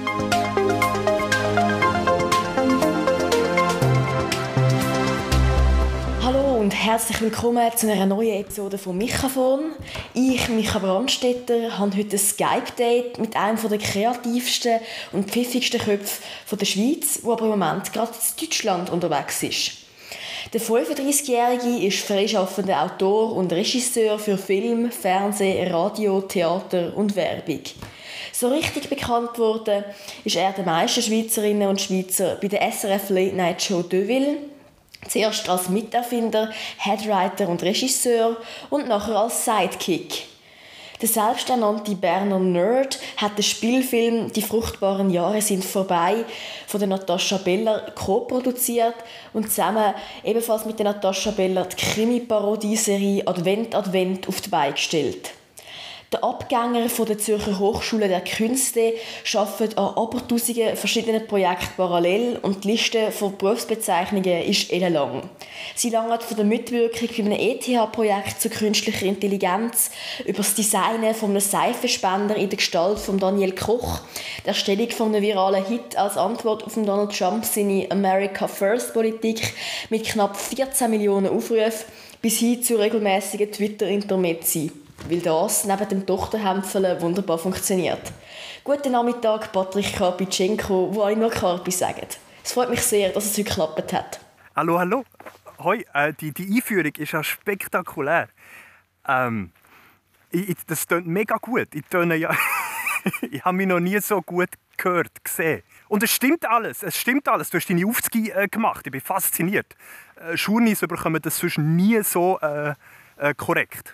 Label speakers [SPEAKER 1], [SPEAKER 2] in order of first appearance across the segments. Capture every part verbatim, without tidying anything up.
[SPEAKER 1] Und herzlich willkommen zu einer neuen Episode von Mikrofon. Ich, Micha Brandstetter, habe heute ein Skype-Date mit einem der kreativsten und pfiffigsten Köpfe der Schweiz, der aber im Moment gerade in Deutschland unterwegs ist. Der fünfunddreißigjährige ist freischaffender Autor und Regisseur für Film, Fernsehen, Radio, Theater und Werbung. So richtig bekannt wurde ist er den meisten Schweizerinnen und Schweizer bei der S R F Late Night Show Deville. Zuerst als Miterfinder, Headwriter und Regisseur und nachher als Sidekick. Der selbsternannte Berner Nerd hat den Spielfilm «Die fruchtbaren Jahre sind vorbei» von der Natascha Beller co-produziert und zusammen ebenfalls mit der Natascha Beller die Krimi-Parodieserie «Advent, Advent» auf die Beine gestellt. Der Abgänger von der Zürcher Hochschule der Künste arbeitet an abertausenden verschiedenen Projekten parallel und die Liste von Berufsbezeichnungen ist ellenlang. Sie langt von der Mitwirkung bei einem E T H-Projekt zur künstlicher Intelligenz über das Designen von einem Seifenspender in der Gestalt von Daniel Koch, die Erstellung von einem viralen Hit als Antwort auf Donald Trump seine America First Politik mit knapp vierzehn Millionen Aufrufen bis hin zu regelmäßigen Twitter-Intermezzi. Weil das neben dem Tochterhämpfeln wunderbar funktioniert. Guten Nachmittag, Patrick Karpitschenko, wo alle nur Karpi sagen. Es freut mich sehr, dass es heute geklappt hat.
[SPEAKER 2] Hallo, hallo. Hoi, äh, die, die Einführung ist ja spektakulär. Ähm, ich, ich, das klingt mega gut. Ich, töne ja ich habe mich noch nie so gut gehört, gesehen. Und es stimmt alles, es stimmt alles. Du hast deine Aufzüge äh, gemacht, ich bin fasziniert. Äh, Journeys bekommen das zwischen nie so äh, äh, korrekt.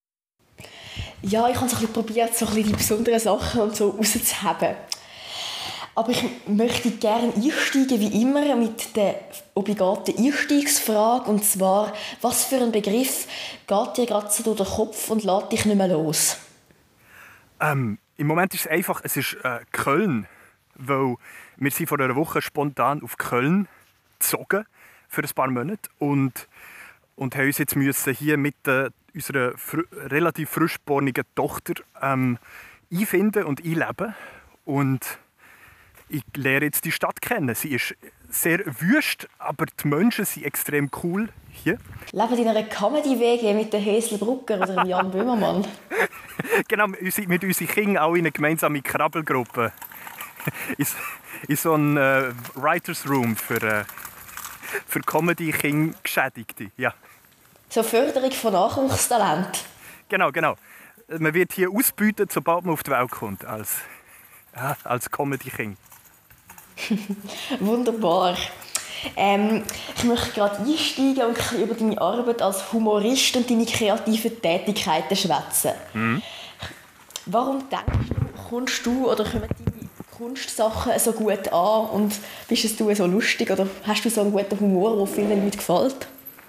[SPEAKER 1] Ja, ich habe so ein bisschen probiert, so ein bisschen die besonderen Sachen und so rauszuheben. Aber ich möchte gerne einsteigen, wie immer, mit der obligaten Einstiegsfrage. Und zwar, was für ein Begriff geht dir gerade so durch den Kopf und lässt dich nicht mehr los?
[SPEAKER 2] Ähm, Im Moment ist es einfach, es ist äh, Köln. Weil wir sind vor einer Woche spontan auf Köln gezogen für ein paar Monate. Und, und haben uns jetzt müssen hier mit äh, unserer fr- relativ frisch geborenen Tochter ähm, einfinden und einleben. Und ich lerne jetzt die Stadt kennen. Sie ist sehr wüst, aber die Menschen sind extrem cool hier.
[SPEAKER 1] Leben in einer Comedy-W G mit der Häsli Brucker oder dem Jan Böhmermann?
[SPEAKER 2] Genau, mit unseren Kindern auch in einer gemeinsamen Krabbelgruppe. in, in so einem äh, Writers Room für, äh, für Comedy-Kinder-Geschädigte. Ja.
[SPEAKER 1] So Förderung von Nachwuchstalent.
[SPEAKER 2] Genau, genau. Man wird hier ausgebeutet, sobald man auf die Welt kommt, als, ja, als Comedy-King.
[SPEAKER 1] Wunderbar. Ähm, ich möchte gerade einsteigen und über deine Arbeit als Humorist und deine kreativen Tätigkeiten schwätzen. Mhm. Warum denkst du, kommst du oder kommen deine Kunstsachen so gut an und bist du so lustig oder hast du so einen guten Humor, der vielen Leuten gefällt?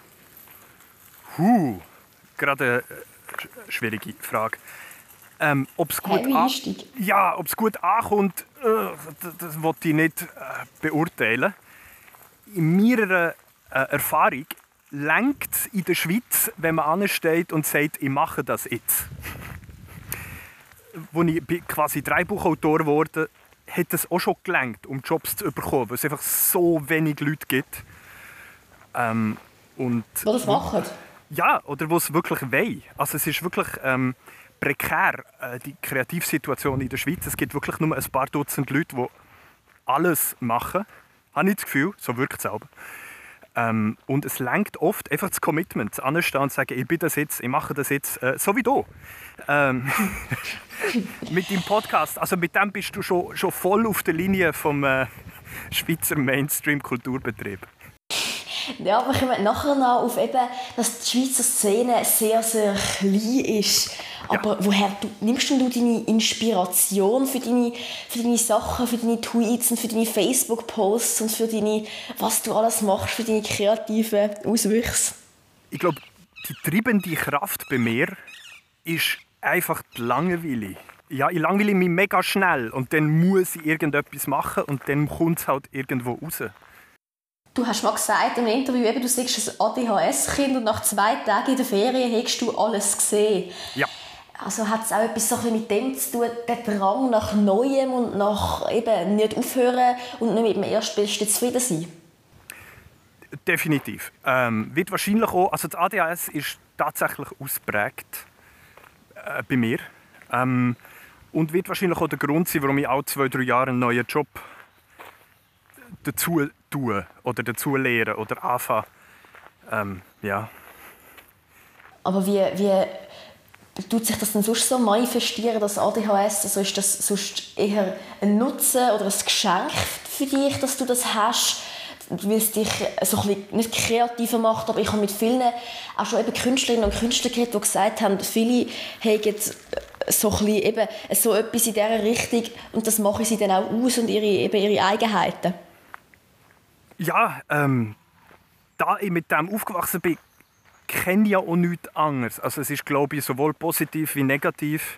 [SPEAKER 2] Huh, gerade eine schwierige Frage. Ähm, ob es gut, an- ja, gut ankommt, äh, das, das will ich nicht äh, beurteilen. In meiner äh, Erfahrung reicht es in der Schweiz, wenn man ansteht und sagt, ich mache das jetzt. Als ich quasi Drehbuchautor wurde, hat es auch schon gereicht, um Jobs zu bekommen, weil es einfach so wenig Leute gibt. Ähm, und
[SPEAKER 1] die das machen?
[SPEAKER 2] Ja, oder die es wirklich wollen. Also es ist wirklich ähm, prekär, äh, die Kreativsituation in der Schweiz. Es gibt wirklich nur ein paar Dutzend Leute, die alles machen. Habe ich das Gefühl, so wirkt es aber. Ähm, und es lenkt oft einfach das Commitment, anstehen und sagen, ich bin das jetzt, ich mache das jetzt, äh, so wie du. Ähm, mit dem Podcast, also mit dem bist du schon, schon voll auf der Linie vom äh, Schweizer Mainstream-Kulturbetrieb.
[SPEAKER 1] Ja, aber wir kommen nachher noch auf eben, dass die Schweizer Szene sehr, sehr klein ist. Aber ja. Woher du, nimmst du deine Inspiration für deine, für deine Sachen, für deine Tweets und für deine Facebook-Posts und für deine, was du alles machst, für deine kreativen Auswüchse?
[SPEAKER 2] Ich glaube, die treibende Kraft bei mir ist einfach die Langeweile. Ja, ich langweile mich mega schnell und dann muss ich irgendetwas machen und dann kommt es halt irgendwo raus.
[SPEAKER 1] Du hast mal gesagt im Interview, eben, du seist ein A D H S-Kind und nach zwei Tagen in der Ferien hast du alles gesehen.
[SPEAKER 2] Ja.
[SPEAKER 1] Also hat es auch etwas so ein bisschen mit dem zu tun, der Drang nach Neuem und nach eben nicht aufhören und nicht mit dem Erstbesten zufrieden sein?
[SPEAKER 2] Definitiv. Ähm, wird wahrscheinlich auch, also das A D H S ist tatsächlich ausprägt äh, bei mir. Ähm, und wird wahrscheinlich auch der Grund sein, warum ich alle zwei, drei Jahre einen neuen Job dazu tue oder dazu lehre oder anfange. Ähm, ja.
[SPEAKER 1] Aber wie, wie tut sich das denn sonst so manifestieren, das A D H S? Also ist das sonst eher ein Nutzen oder ein Geschenk für dich, dass du das hast, weil es dich so ein bisschen nicht kreativer macht? Aber ich habe mit vielen, auch schon eben Künstlerinnen und Künstler gehört, die gesagt haben, viele haben so, ein bisschen eben so etwas in dieser Richtung und das machen sie dann auch aus und ihre, eben ihre Eigenheiten.
[SPEAKER 2] Ja, ähm, da ich mit dem aufgewachsen bin, kenne ich ja auch nichts anderes. Also es ist, glaube ich, sowohl positiv wie negativ.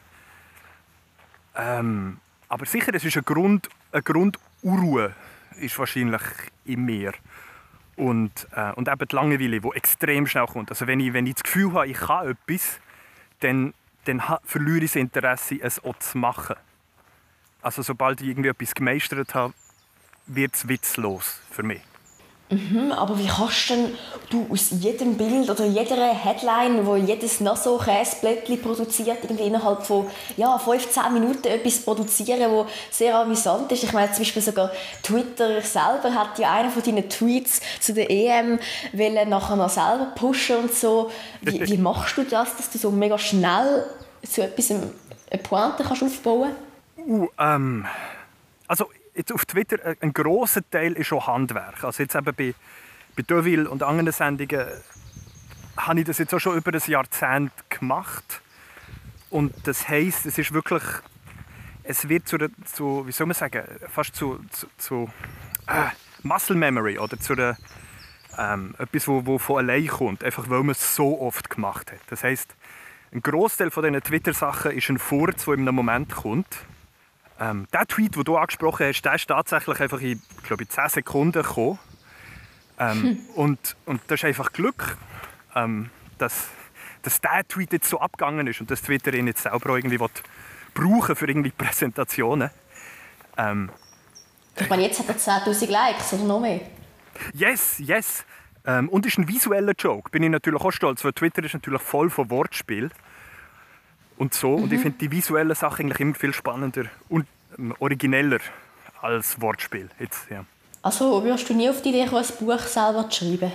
[SPEAKER 2] Ähm, aber sicher, es ist eine, Grund, eine Grundunruhe ist wahrscheinlich in mir. Und, äh, und eben die Langeweile, die extrem schnell kommt. Also wenn ich, wenn ich das Gefühl habe, ich kann etwas, dann, dann ha, verliere ich das Interesse, es auch zu machen. Also sobald ich irgendwie etwas gemeistert habe, wird es witzlos für mich.
[SPEAKER 1] Mhm, aber wie kannst denn du aus jedem Bild oder jeder Headline, wo jedes Nasso-Käseblättchen produziert, irgendwie innerhalb von ja, fünfzehn Minuten etwas produzieren, das sehr amüsant ist? Ich meine, zum Beispiel sogar Twitter selber hat ja einen von deinen Tweets zu der E M wollen nachher noch selber pushen und so. Wie, wie machst du das, dass du so mega schnell so etwas, eine Pointe kannst aufbauen kannst?
[SPEAKER 2] Uh, ähm, also jetzt auf Twitter, ein grosser Teil ist schon Handwerk. Also jetzt eben bei, bei Deauville und anderen Sendungen habe ich das jetzt auch schon über ein Jahrzehnt gemacht. Und das heisst, es ist wirklich, es wird zu, zu wie soll man sagen, fast zu, zu, zu äh, Muscle Memory oder zu der, ähm, etwas, wo, wo von allein kommt, einfach weil man es so oft gemacht hat. Das heisst, ein Großteil von diesen Twitter-Sachen ist ein Furz, der in einem Moment kommt. Ähm, der Tweet, den du angesprochen hast, der ist tatsächlich einfach in, glaube ich, zehn Sekunden gekommen. Ähm, hm. und, und das ist einfach Glück, ähm, dass, dass dieser Tweet jetzt so abgegangen ist und dass Twitter ihn jetzt selber auch irgendwie brauchen für irgendwie Präsentationen. Ähm,
[SPEAKER 1] ich meine, jetzt hat er zehntausend Likes oder noch mehr.
[SPEAKER 2] Yes, yes. Ähm, und ist ein visueller Joke. Bin ich natürlich auch stolz, weil Twitter ist natürlich voll von Wortspiel. Und so. Mhm. Und ich finde die visuellen Sachen eigentlich immer viel spannender und ähm, origineller als Wortspiel. Jetzt, ja.
[SPEAKER 1] Also wirst du nie auf die Idee kommen, ein Buch selber zu schreiben?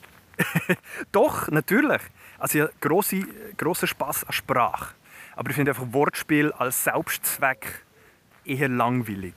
[SPEAKER 2] Doch, natürlich. Also ich habe grossen, grossen Spass an Sprache. Aber ich finde einfach Wortspiel als Selbstzweck eher langweilig.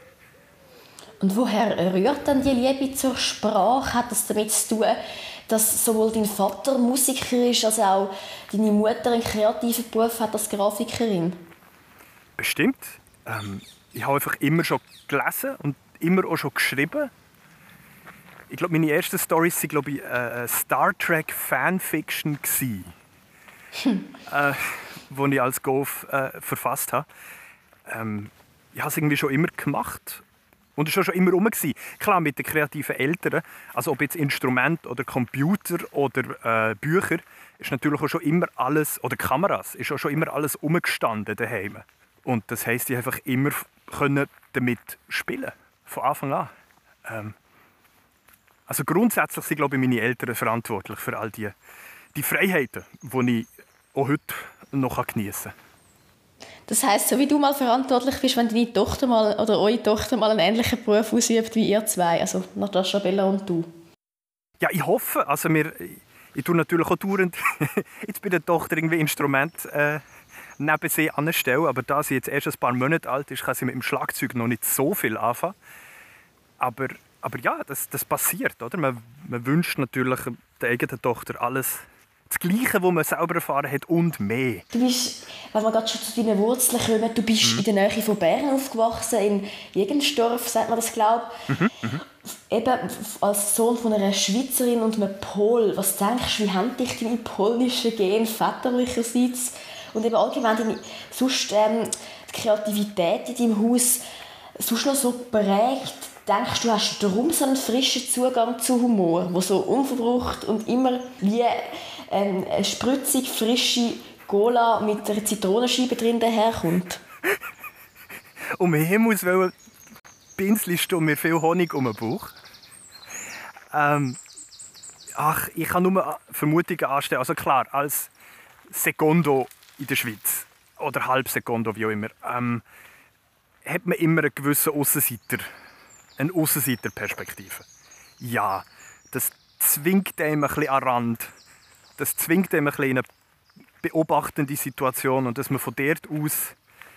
[SPEAKER 1] Und woher rührt dann die Liebe zur Sprache? Hat das damit zu tun, dass sowohl dein Vater Musiker ist, als auch deine Mutter einen kreativen Beruf hat als Grafikerin?
[SPEAKER 2] Bestimmt. Ähm, ich habe einfach immer schon gelesen und immer auch schon geschrieben. Ich glaube, meine ersten Storys waren, glaube ich, äh, Star Trek Fanfiction gsi, hm. äh, die ich als Golf äh, verfasst habe. Ähm, ich habe es irgendwie schon immer gemacht. Und es war schon immer rum. Klar, mit den kreativen Eltern, also ob jetzt Instrument oder Computer oder äh, Bücher, ist natürlich auch schon immer alles, oder Kameras, ist auch schon immer alles umgestanden daheim. Und das heisst, ich einfach immer können damit spielen, von Anfang an. Ähm, also grundsätzlich sind, glaube ich, meine Eltern verantwortlich für all die, die Freiheiten, die ich auch heute noch geniessen kann.
[SPEAKER 1] Das heisst, so wie du mal verantwortlich bist, wenn deine Tochter mal, oder eure Tochter mal einen ähnlichen Beruf ausübt wie ihr zwei, also Natascha, Bella und du?
[SPEAKER 2] Ja, ich hoffe. Also wir, ich tue natürlich auch dauernd jetzt bei der Tochter irgendwie Instrument äh, neben sie anstellen, aber da sie jetzt erst ein paar Monate alt ist, kann sie mit dem Schlagzeug noch nicht so viel anfangen. Aber, aber ja, das, das passiert, oder? Man, man wünscht natürlich der eigenen Tochter alles das Gleiche, was man selber erfahren hat und mehr.
[SPEAKER 1] Du bist, wenn wir gerade schon zu deinen Wurzeln kommen, du bist mhm. in der Nähe von Bern aufgewachsen, in Jegenstorf, sagt man das, glaube ich. Mhm. Mhm. Eben als Sohn von einer Schweizerin und einem Pol. Was denkst du, wie haben dich deine polnischen Gene väterlicherseits und eben allgemein deine, sonst, ähm, die Kreativität in deinem Haus sonst noch so prägt? Denkst du, hast darum so einen frischen Zugang zu Humor, der so unverbraucht und immer wie ähm, eine spritzig, frische Cola mit einer Zitronenscheibe drin daherkommt.
[SPEAKER 2] Um den Himmels Willen pinselst du mir viel Honig um den Bauch. Ähm, ach, ich kann nur Vermutungen anstellen. Also klar, als Secondo in der Schweiz oder Halbsecondo, wie auch immer, ähm, hat man immer einen gewissen Aussenseiter, eine Aussenseiterperspektive. Ja, das zwingt einem ein bisschen an den Rand. Das zwingt einem ein bisschen in eine beobachtende Situation und dass man von dort aus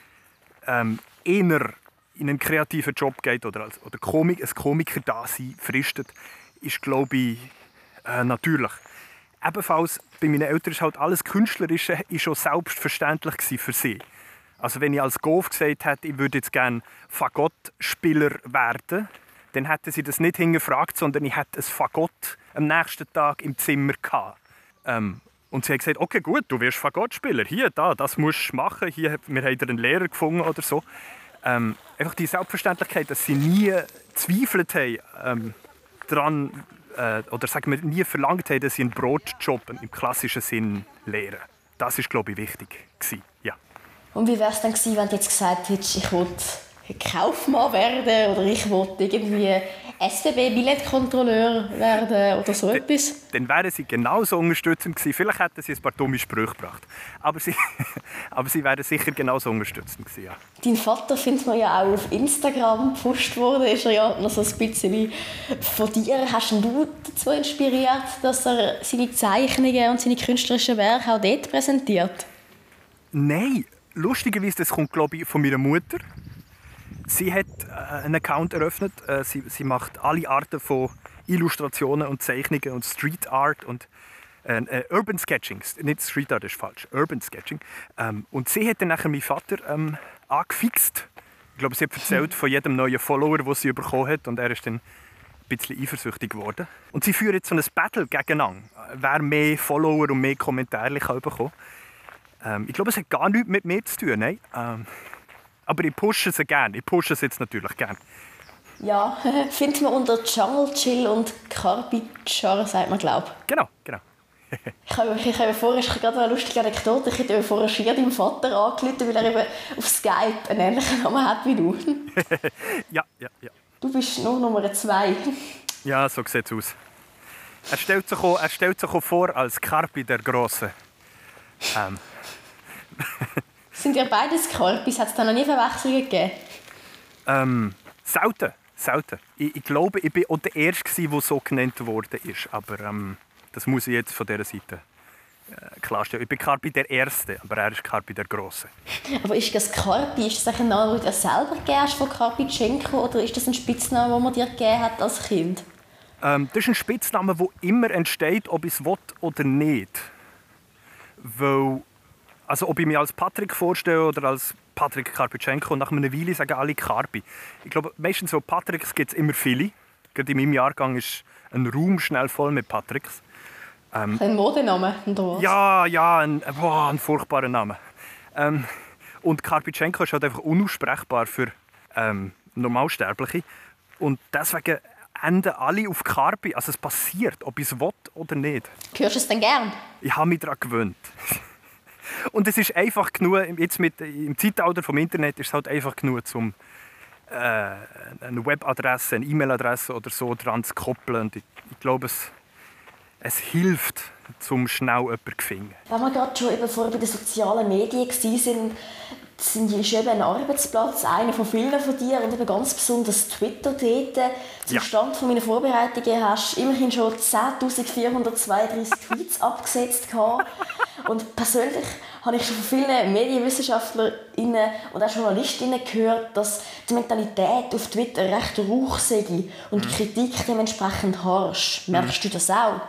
[SPEAKER 2] ähm, eher in einen kreativen Job geht oder als oder Komik, ein Komiker-Dasein fristet, ist, glaube ich, äh, natürlich. Ebenfalls bei meinen Eltern ist halt alles Künstlerische ist schon selbstverständlich für sie. Also wenn ich als Golf gesagt hätte, ich würde jetzt gerne Fagottspieler werden, dann hätten sie das nicht hingefragt, sondern ich hätte ein Fagott am nächsten Tag im Zimmer gehabt. Ähm, und sie hat gesagt, okay, gut, du wirst Fagottspieler. Hier, da, das musst du machen. Hier, wir haben einen Lehrer gefunden oder so. Ähm, einfach die Selbstverständlichkeit, dass sie nie gezweifelt haben ähm, daran, äh, oder sagen wir, nie verlangt haben, dass sie einen Brotjob im klassischen Sinn lehren. Das war, glaube ich, wichtig gewesen. Ja.
[SPEAKER 1] Und wie wäre es dann gewesen, wenn du jetzt gesagt hättest, ich will Kaufmann werden oder ich will irgendwie S B B-Billettkontrolleur werden oder so etwas?
[SPEAKER 2] Dann wären sie genauso unterstützend gewesen. Vielleicht hätten sie ein paar dumme Sprüche gebracht. Aber sie, aber sie wären sicher genauso unterstützend gewesen, ja.
[SPEAKER 1] Dein Vater findet man ja auch auf Instagram gepusht worden. Ist er ja noch so ein bisschen von dir. Hast du dazu inspiriert, dass er seine Zeichnungen und seine künstlerischen Werke auch dort präsentiert?
[SPEAKER 2] Nein, lustigerweise, das kommt, glaube ich, von meiner Mutter. Sie hat äh, einen Account eröffnet. Äh, sie, sie macht alle Arten von Illustrationen und Zeichnungen und Street Art und äh, äh, Urban Sketching. Nicht Street Art, das ist falsch. Urban Sketching. Ähm, und sie hat dann nachher meinen Vater ähm, angefixt. Ich glaube, sie hat erzählt von jedem neuen Follower, den sie bekommen hat. Und er ist dann ein bisschen eifersüchtig geworden. Und sie führen jetzt so ein Battle gegeneinander. Wer mehr Follower und mehr Kommentare bekommen kann. Ähm, ich glaube, es hat gar nichts mit mir zu tun. Nein. Ähm, Aber ich pushe sie gerne. Ich pushe sie jetzt natürlich gerne.
[SPEAKER 1] Ja, findet man unter Jungle Chill und Carpicciar, sagt man, glaube ich.
[SPEAKER 2] Genau, genau.
[SPEAKER 1] ich habe, ich habe vorher, ich habe gerade eine lustige Anekdote. Ich habe vorher schier deinem Vater angerufen, weil er eben auf Skype einen ähnlichen Namen hat wie du.
[SPEAKER 2] ja, ja, ja.
[SPEAKER 1] Du bist nur Nummer zwei.
[SPEAKER 2] Ja, so sieht es aus. Er stellt sich auch, er stellt sich auch vor als Carpi der Grosse. Ähm.
[SPEAKER 1] Sind ihr beides Carpis? Hat es da noch nie Verwechslungen gegeben?
[SPEAKER 2] Ähm, selten, selten. Ich, ich glaube, ich war auch der Erste, der so genannt wurde. Aber ähm, das muss ich jetzt von dieser Seite äh, klarstellen. Ich bin Carpi der Erste, aber er ist Carpi der Grosse. Aber
[SPEAKER 1] ist das Carpi, ist das ein Name, den du dir selber gegeben hast von Carpiccenko, oder ist das ein Spitzname, den man dir gegeben hat als Kind?
[SPEAKER 2] Ähm, das ist ein Spitzname, der immer entsteht, ob ich es will oder nicht. Weil Also ob ich mich als Patrick vorstelle oder als Patrick Carpiccenko, nach einer Weile sagen alle Carpi. Ich glaube, meistens so Patricks gibt es immer viele. Gerade in meinem Jahrgang ist ein Raum schnell voll mit Patricks.
[SPEAKER 1] Ähm, ein Modename, oder was?
[SPEAKER 2] Ja, ja, ein, boah, ein furchtbarer Name. Ähm, und Carpiccenko ist halt einfach unaussprechbar für ähm, Normalsterbliche. Und deswegen enden alle auf Carpi. Also es passiert, ob ich es will oder nicht.
[SPEAKER 1] Hörst du es denn gern?
[SPEAKER 2] Ich habe mich daran gewöhnt. Und es ist einfach genug, jetzt mit, im Zeitalter des Internet ist es halt einfach genug, um äh, eine Webadresse, eine E-Mail-Adresse oder so dran zu koppeln. Und ich, ich glaube, es, es hilft, um schnell jemanden zu finden.
[SPEAKER 1] Wenn wir gerade schon eben vorher bei den sozialen Medien waren, sind ist eben ein Arbeitsplatz, einer von vielen von dir und eben ganz besonders Twitter dort. Zum ja. Stand von meiner Vorbereitungen hast du immerhin schon zehntausendvierhundertzweiunddreißig Tweets abgesetzt gehabt. Und persönlich habe ich schon von vielen MedienwissenschaftlerInnen und auch JournalistInnen gehört, dass die Mentalität auf Twitter recht rauch sei und die Kritik dementsprechend harsch. Merkst du das auch?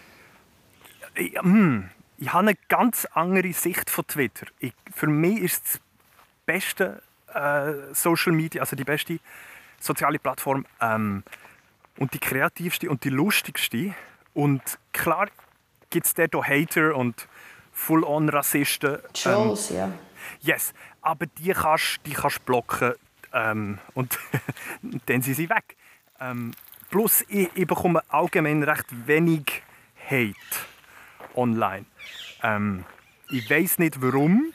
[SPEAKER 2] Ich, hm, ich habe eine ganz andere Sicht von Twitter. Ich, für mich ist es die beste äh, Social Media, also die beste soziale Plattform ähm, und die kreativste und die lustigste. Und klar gibt es dort auch Hater und Full-on-Rassisten.
[SPEAKER 1] Trolls, ähm, ja.
[SPEAKER 2] Yes, aber die kannst du die kannst blocken ähm, und dann sind sie weg. Ähm, plus, ich, ich bekomme allgemein recht wenig Hate online. Ähm, Ich weiss nicht, warum.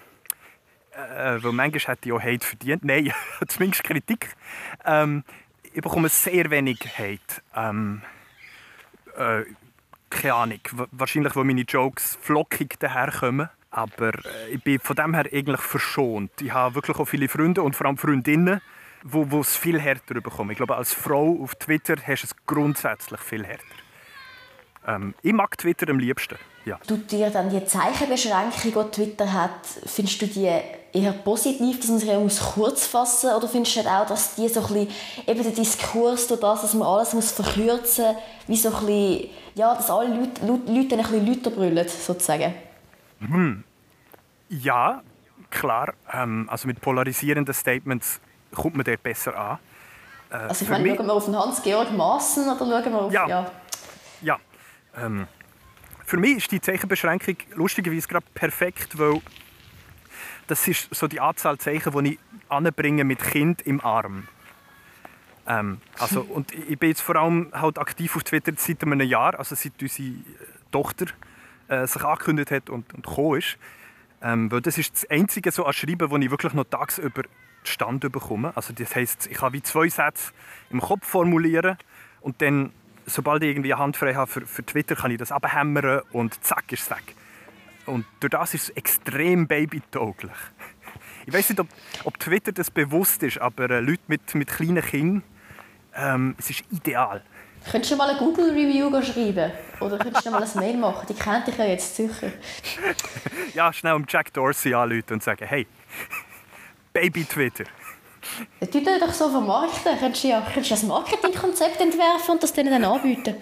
[SPEAKER 2] Äh, weil manchmal hätte ich auch Hate verdient. Nein, zumindest Kritik. Ähm, ich bekomme sehr wenig Hate. Ähm, äh, keine Ahnung. Wahrscheinlich, weil meine Jokes flockig daherkommen. Aber äh, ich bin von dem her eigentlich verschont. Ich habe wirklich auch viele Freunde und vor allem Freundinnen, die es viel härter bekommen. Ich glaube, als Frau auf Twitter hast du es grundsätzlich viel härter. Ähm, ich mag Twitter am liebsten. Ja.
[SPEAKER 1] Du dir dann die Zeichenbeschränkung, die Twitter hat, findest du die eher positiv, dass man sich kurz fassen muss? Oder findest du auch, dass die so ein bisschen, eben der Diskurs, durch das, dass man alles muss verkürzen muss, wie so ein bisschen, ja, dass alle Leute, Leute ein bisschen lauter brüllen, sozusagen?
[SPEAKER 2] Hm. Ja, klar. Ähm, also mit polarisierenden Statements kommt man dort besser an. Äh,
[SPEAKER 1] also ich meine, mich... schauen wir auf den Hans-Georg Maassen oder schauen wir auf...
[SPEAKER 2] Ja.
[SPEAKER 1] ja.
[SPEAKER 2] ja. Ähm, für mich ist die Zeichenbeschränkung lustigerweise gerade perfekt, weil das ist so die Anzahl Zeichen, die ich anbringe mit Kind im Arm. Ähm, also, und ich bin jetzt vor allem halt aktiv auf Twitter seit einem Jahr, also seit unsere Tochter äh, sich angekündigt hat und, und gekommen ist. Ähm, weil das ist das einzige so an Schreiben, wo ich wirklich noch tagsüber Stand bekomme. Also das heisst, ich kann wie zwei Sätze im Kopf formulieren und dann, sobald ich irgendwie eine Hand frei habe für, für Twitter, kann ich das abhämmern und zack, ist es weg. Und durch das ist es extrem babytauglich. Ich weiss nicht, ob, ob Twitter das bewusst ist, aber äh, Leute mit, mit kleinen Kindern, ähm, es ist ideal.
[SPEAKER 1] Könntest du mal eine Google-Review schreiben? Oder könntest du mal ein Mail machen? Die kennt dich ja jetzt sicher.
[SPEAKER 2] Ja, schnell um Jack Dorsey anrufen und sagen, hey, Baby-Twitter.
[SPEAKER 1] Ja, du dich doch so vermarkten. Könntest du ja könntest du ein Marketingkonzept entwerfen und das denen dann anbieten?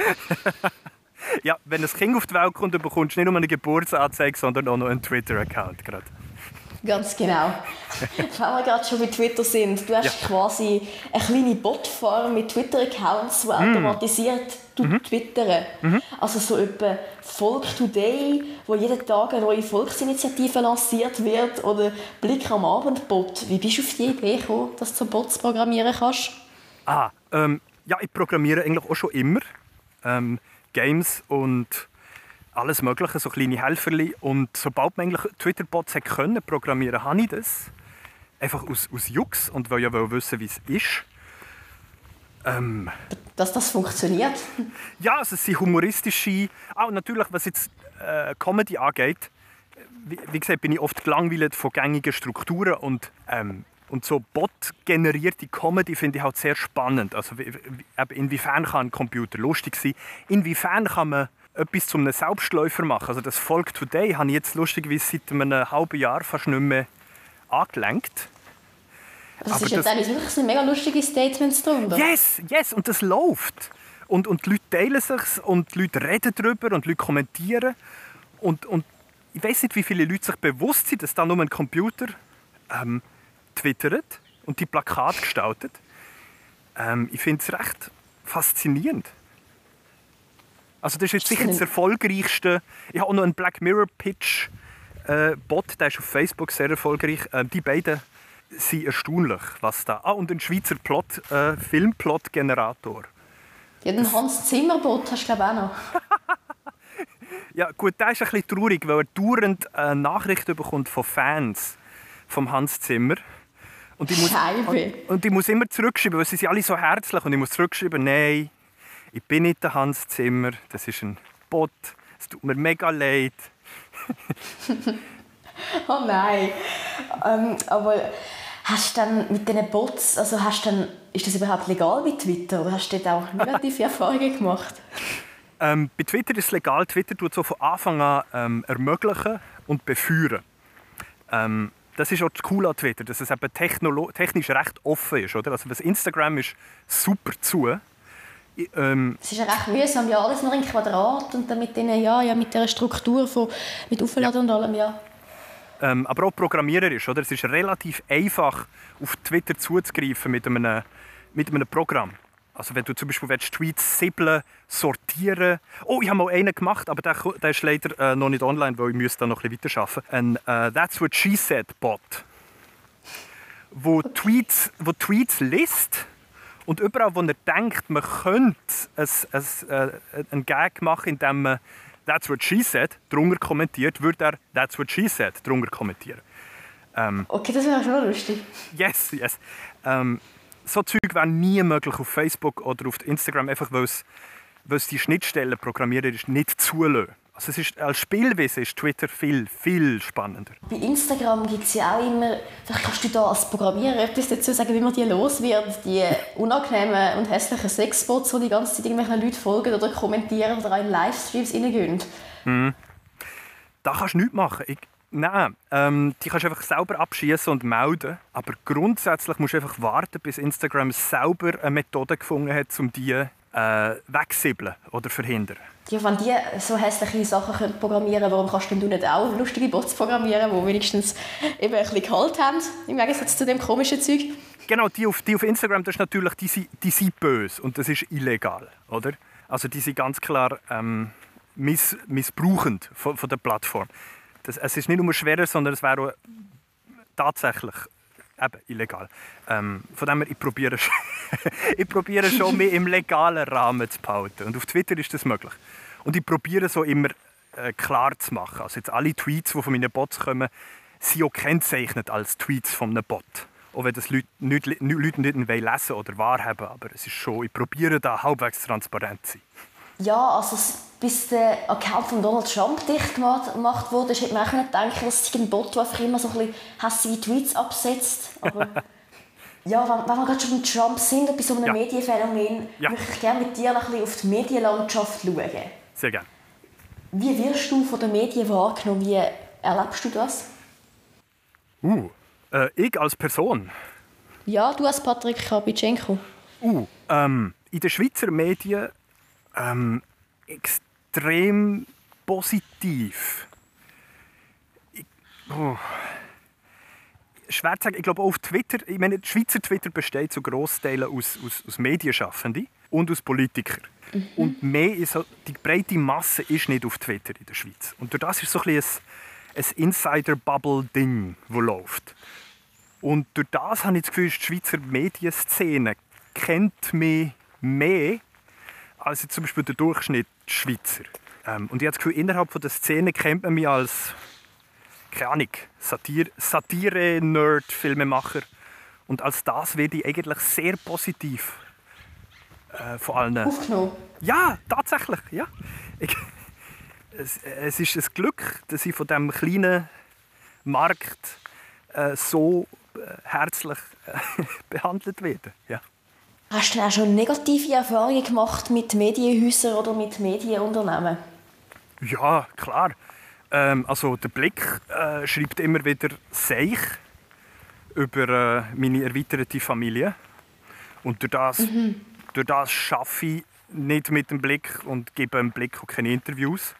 [SPEAKER 2] Ja, wenn ein Kind auf die Welt kommt, dann bekommst du nicht nur eine Geburtsanzeige, sondern auch noch einen Twitter-Account. Grad.
[SPEAKER 1] Ganz genau. Wenn wir gerade schon bei Twitter sind, du hast ja. quasi eine kleine Botfarm mit Twitter-Accounts, die mm. automatisiert
[SPEAKER 2] mhm.
[SPEAKER 1] twittern. Mhm. Also so etwa Volk Today, wo jeden Tag eine neue Volksinitiative lanciert wird, oder Blick am Abend-Bot. Wie bist du auf die Idee gekommen, dass du so Bots programmieren kannst?
[SPEAKER 2] Ah, ähm, ja, ich programmiere eigentlich auch schon immer. Ähm, Games und alles Mögliche, so kleine Helferli. Und sobald man eigentlich Twitter-Bots können programmieren, habe ich das. Einfach aus, aus Jux und weil ich ja wissen, wie es ist. Ähm,
[SPEAKER 1] Dass das funktioniert?
[SPEAKER 2] Ja, also es sind humoristische... Auch ah, natürlich, was jetzt äh, Comedy angeht, wie, wie gesagt, bin ich oft gelangweilt von gängigen Strukturen und... Ähm, Und so bot-generierte Comedy finde ich halt sehr spannend. Also, inwiefern kann ein Computer lustig sein? Inwiefern kann man etwas zu einem Selbstläufer machen? Also das Volk Today habe ich jetzt lustigerweise seit einem halben Jahr fast nicht mehr angelenkt.
[SPEAKER 1] Also es ist ja teilweise wirklich so mega lustige Statements drunter.
[SPEAKER 2] Yes, yes, und das läuft. Und, und die Leute teilen sich und die Leute reden darüber und die Leute kommentieren. Und, und ich weiß nicht, wie viele Leute sich bewusst sind, dass da nur ein Computer... Ähm, twittert und die Plakate gestaltet. Ähm, ich finde es recht faszinierend. Also das ist jetzt sicher das erfolgreichste. Ich habe auch noch einen Black Mirror Pitch äh, Bot, der ist auf Facebook sehr erfolgreich. Ähm, die beiden sind erstaunlich, was da. Ah, und ein Schweizer Plot, äh, Filmplot-Generator.
[SPEAKER 1] Ja, den Hans Zimmer Bot hast du glaube ich auch noch.
[SPEAKER 2] Ja gut, der ist ein bisschen traurig, weil er dauernd äh, Nachrichten bekommt von Fans vom Hans Zimmer. Und ich, muss, und, und ich muss immer zurückschreiben, weil sie sind alle so herzlich. Und ich muss zurückschreiben, nein, ich bin nicht der Hans Zimmer, das ist ein Bot. Es tut mir mega leid.
[SPEAKER 1] Oh nein. Ähm, aber hast du dann mit diesen Bots, also hast dann, ist das überhaupt legal bei Twitter? Oder hast du dort auch negative Erfahrungen gemacht?
[SPEAKER 2] Ähm, bei Twitter ist es legal. Twitter tut so von Anfang an ähm, ermöglichen und befeuern. Ähm, Das ist auch das Coole an Twitter, dass es eben technisch recht offen ist. Oder? Also das Instagram ist super zu. Ähm,
[SPEAKER 1] es ist ja recht mühsam, ja, alles nur in Quadrat und dann mit, denen, ja, ja, mit dieser Struktur von, mit Aufladen ja. und allem. Ja.
[SPEAKER 2] Ähm, aber auch programmiererisch. Oder? Es ist relativ einfach, auf Twitter zuzugreifen mit einem, mit einem Programm. Also wenn du zum Beispiel willst, Tweets siebeln, sortieren. Oh, ich habe mal einen gemacht, aber der, der ist leider äh, noch nicht online, weil ich müsste da noch ein bisschen weiterarbeiten. Ein äh, That's What She Said Bot, wo okay. Tweets, wo Tweets liest und überall, wo er denkt, man könnte ein, ein, äh, einen Gag machen, indem man «That's what she said» drunter kommentiert, würde er «That's what she said» drunter kommentieren. Ähm,
[SPEAKER 1] okay, das wäre schon lustig.
[SPEAKER 2] Yes, yes. Ähm, so Zeug wäre nie möglich auf Facebook oder auf Instagram, einfach weil es, weil es die Schnittstellen programmiererisch nicht zulassen. Also es ist, als Spielwiese ist Twitter viel, viel spannender.
[SPEAKER 1] Bei Instagram gibt es ja auch immer, vielleicht kannst du da als Programmierer etwas dazu sagen, wie man die los wird, die unangenehmen und hässlichen Sexbots, die die ganze Zeit irgendwelchen Leuten folgen oder kommentieren oder auch in Livestreams reingehen.
[SPEAKER 2] Mhm. Da kannst du nichts machen. Ich, nein, ähm, die kannst du einfach selber abschießen und melden. Aber grundsätzlich musst du einfach warten, bis Instagram selber eine Methode gefunden hat, um die äh, wegzusiebeln oder verhindern.
[SPEAKER 1] Ja, wenn die so hässliche Sachen programmieren können, warum kannst du nicht auch lustige Bots programmieren, die wenigstens eben ein bisschen Gehalt haben, im Gegensatz zu dem komischen Zeug?
[SPEAKER 2] Genau, die auf, die auf Instagram, das ist natürlich, die, sind- die sind böse und das ist illegal, oder? Also die sind ganz klar ähm, miss, missbrauchend von, von der Plattform. Das, es ist nicht nur schwerer, sondern es wäre auch tatsächlich eben illegal. Ähm, von dem her, ich probiere, ich probiere schon, mich im legalen Rahmen zu behalten. Und auf Twitter ist das möglich. Und ich probiere so immer äh, klar zu machen. Also jetzt alle Tweets, die von meinen Bots kommen, sind auch kennzeichnet als Tweets von einem Bot. Auch wenn das Leute nicht, Leute nicht lesen oder wahrhaben, aber es ist schon, ich probiere da halbwegs transparent zu sein.
[SPEAKER 1] Ja, also bis der Account von Donald Trump dicht gemacht gemacht wurde, hätte man auch nicht gedacht, dass es ein Bot, der einfach immer so ein bisschen hässliche Tweets absetzt. Aber ja, wenn, wenn wir gerade schon bei Trump sind und bei so einem
[SPEAKER 2] Ja.
[SPEAKER 1] Medienphänomen,
[SPEAKER 2] Ja.
[SPEAKER 1] möchte ich gerne mit dir noch ein bisschen auf die Medienlandschaft schauen.
[SPEAKER 2] Sehr gerne.
[SPEAKER 1] Wie wirst du von den Medien wahrgenommen? Wie erlebst du das?
[SPEAKER 2] Uh, äh, ich als Person.
[SPEAKER 1] Ja, du als Patrick Kabitschenko.
[SPEAKER 2] Uh, ähm, in den Schweizer Medien ähm, extrem positiv. Ich, oh. Schwer zu sagen, ich glaube auch auf Twitter, ich meine, der Schweizer Twitter besteht zu Grossteilen aus, aus, aus Medienschaffenden und aus Politikern. Mhm. Und mehr ist so, die breite Masse ist nicht auf Twitter in der Schweiz. Und durch das ist so ein, bisschen ein, ein Insider-Bubble-Ding, das läuft. Und durch das habe ich das Gefühl, die Schweizer Medienszene kennt mich mehr als jetzt zum Beispiel der Durchschnitt Schweizer. Ähm, und ich habe das Gefühl, innerhalb der Szene kennt man mich als, keine Ahnung, Satir- Satire-Nerd, Filmemacher. Und als das werde ich eigentlich sehr positiv äh, von allen...
[SPEAKER 1] Aufgenommen?
[SPEAKER 2] Ja, tatsächlich, ja. Ich, es, es ist ein Glück, dass ich von diesem kleinen Markt äh, so äh, herzlich äh, behandelt werde. Ja.
[SPEAKER 1] Hast du denn auch schon negative Erfahrungen gemacht mit Medienhäusern oder mit Medienunternehmen?
[SPEAKER 2] Ja, klar. Ähm, also der Blick äh, schreibt immer wieder Seich über äh, meine erweiterte Familie. Und durch das, mhm. durch das schaffe ich nicht mit dem Blick und gebe dem Blick auch keine Interviews.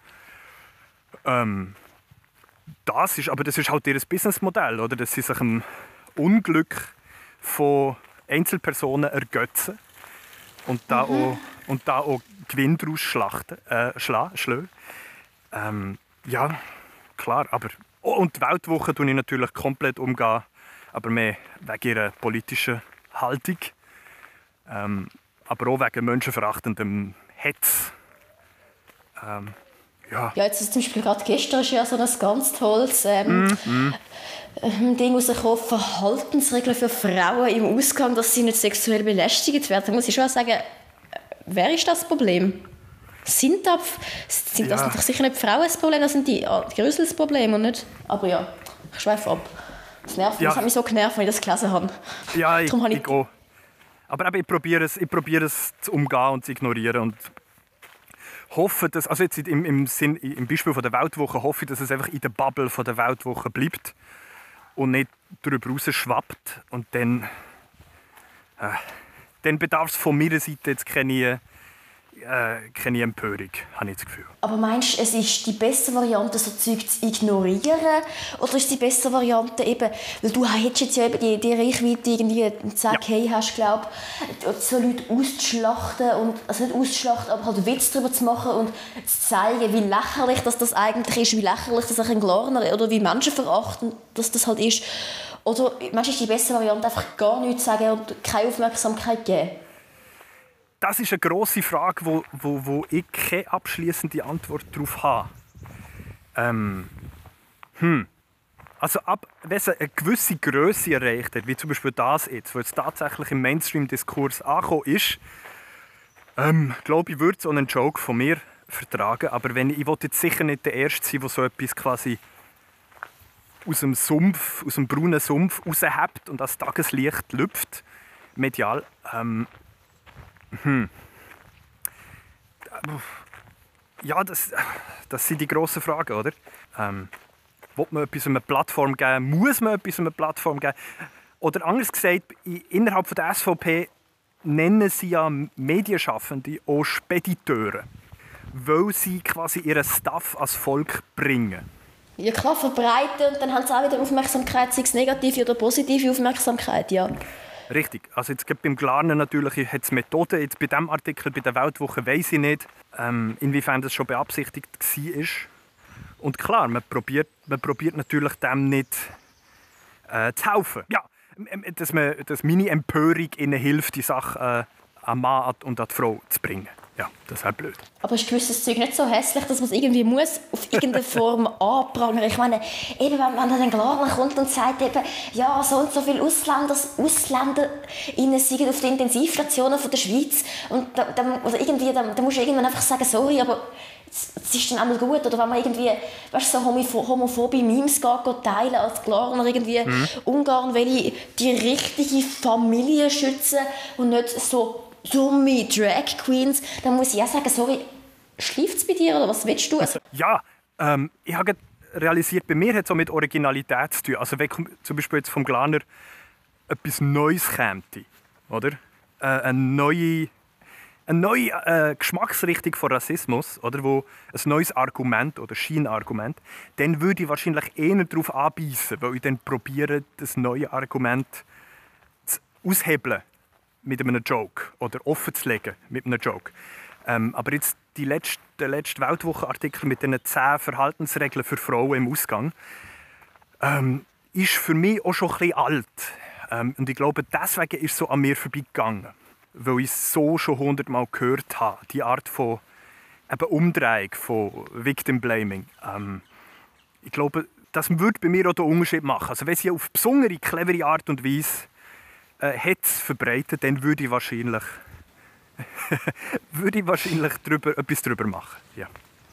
[SPEAKER 2] Ähm, das ist, aber das ist halt ihr Businessmodell, oder? Dass sie sich am Unglück von Einzelpersonen ergötzen und da, mhm. auch, und da auch Gewinn daraus schlachten, äh, schla, schlagen. Ähm, ja, klar. Aber, oh, und die Weltwoche tue ich natürlich komplett umgehen, aber mehr wegen ihrer politischen Haltung. Ähm, aber auch wegen menschenverachtendem Hetz. Ähm, ja.
[SPEAKER 1] Ja, jetzt ist zum Beispiel gerade gestern ist ja so ein ganz tolles ähm, mm, mm. Ding rausgekommen, Verhaltensregeln für Frauen im Ausgang, dass sie nicht sexuell belästigt werden. Da muss ich schon sagen, wer ist das Problem? Sind das, sind das
[SPEAKER 2] Ja.
[SPEAKER 1] sicher nicht die Frauen das Problem, das sind die, die Größe das Problem und nicht? Aber ja, ich schweife ab. Das nervt mich,
[SPEAKER 2] Ja.
[SPEAKER 1] das hat mich so genervt, wenn ich das gelesen habe.
[SPEAKER 2] Ja, ich,
[SPEAKER 1] Darum habe
[SPEAKER 2] ich, ich auch. Aber eben, ich probiere es, ich probiere es zu umgehen und zu ignorieren und hoffe, dass, also jetzt im, im, Sinn, im Beispiel von der Weltwoche hoffe ich, dass es einfach in der Bubble von der Weltwoche bleibt und nicht darüber raus schwappt. Und dann, äh, dann bedarf es von meiner Seite jetzt keine, äh, keine Empörung, habe ich das Gefühl.
[SPEAKER 1] Aber meinst du, es ist die beste Variante, so Zeug zu ignorieren? Oder ist die beste Variante eben, weil du hättest jetzt ja eben die, die Reichweite, irgendwie zehn K ja. hast, glaube ich, so Leute auszuschlachten, und, also nicht auszuschlachten, aber halt Witz darüber zu machen und zu zeigen, wie lächerlich das, das eigentlich ist, wie lächerlich das ein Glarner oder wie menschenverachtend das, das halt ist. Oder meinst du, ist die beste Variante, einfach gar nichts zu sagen und keine Aufmerksamkeit geben?
[SPEAKER 2] das ist eine grosse Frage, wo, wo, wo ich keine abschließende Antwort darauf habe. Ähm, hm. Also ab, wenn es eine gewisse Grösse erreicht hat, wie zum Beispiel das jetzt, wo jetzt tatsächlich im Mainstream-Diskurs angekommen ist, ähm, glaube ich, würde es auch einen Joke von mir vertragen. Aber wenn ich, ich will jetzt sicher nicht der Erste sein, der so etwas quasi aus dem Sumpf, aus dem braunen Sumpf raushebt und als Tageslicht lüpft, medial. Ähm, hm. Ja, das, das sind die grossen Fragen, oder? Ähm, will man etwas eine Plattform geben? Muss man etwas eine Plattform geben? Oder anders gesagt, innerhalb der S V P nennen sie ja Medienschaffende auch Spediteure, weil sie quasi ihren Stuff als Volk bringen.
[SPEAKER 1] Ja klar, verbreiten und dann haben sie auch wieder Aufmerksamkeit, sei es negative oder positive Aufmerksamkeit, ja.
[SPEAKER 2] Richtig. Also jetzt beim Klarnen natürlich hat es Methoden. Jetzt bei diesem Artikel, bei der Weltwoche, weiss ich nicht, ähm, inwiefern das schon beabsichtigt war. Und klar, man probiert, man probiert natürlich dem nicht äh, zu helfen. Ja, dass, man, dass meine Empörung ihnen hilft, die Sache äh, an Mann und an die Frau zu bringen. Ja, das wäre blöd.
[SPEAKER 1] Aber ist gewisses Zeug nicht so hässlich, dass man es irgendwie muss auf irgendeine Form anprangern? Ich meine, eben, wenn man dann Glarner kommt und sagt, eben, ja, so und so viele Ausländer, Ausländer sind auf den Intensivstationen von der Schweiz. Und da, da, oder irgendwie, da, da musst du irgendwann einfach sagen, sorry, aber es ist dann einmal gut. Oder wenn man irgendwie, weißt, so homophobe Memes geht, teilen als Glarner irgendwie mhm. Ungarn, weil ich die richtige Familie schützen und nicht so dumme Drag Queens, dann muss ich auch sagen, sorry, schläft es bei dir oder was willst du? Also,
[SPEAKER 2] ja, ähm, ich habe realisiert, bei mir hat es auch mit Originalität zu tun. Also wenn zum Beispiel jetzt vom Glaner etwas Neues käme, oder? Äh, eine neue, eine neue äh, Geschmacksrichtung von Rassismus, oder? Wo ein neues Argument oder Scheinargument, dann würde ich wahrscheinlich eher darauf anbeissen, weil ich dann probiere, das neue Argument zu aushebeln mit einem Joke oder offenzulegen mit einem Joke. Ähm, aber jetzt die letzte, der letzte Weltwochenartikel mit den zehn Verhaltensregeln für Frauen im Ausgang ähm, ist für mich auch schon ein bisschen alt. Ähm, und ich glaube, deswegen ist es so an mir vorbeigegangen. Weil ich es so schon hundertmal gehört habe. Die Art von eben Umdrehung, von Victim Blaming. Ähm, ich glaube, das würde bei mir auch den Unterschied machen. Also wenn sie auf besondere, clevere Art und Weise Äh, Hetz verbreitet, dann würde ich wahrscheinlich, würde ich wahrscheinlich drüber, etwas darüber machen. Ja.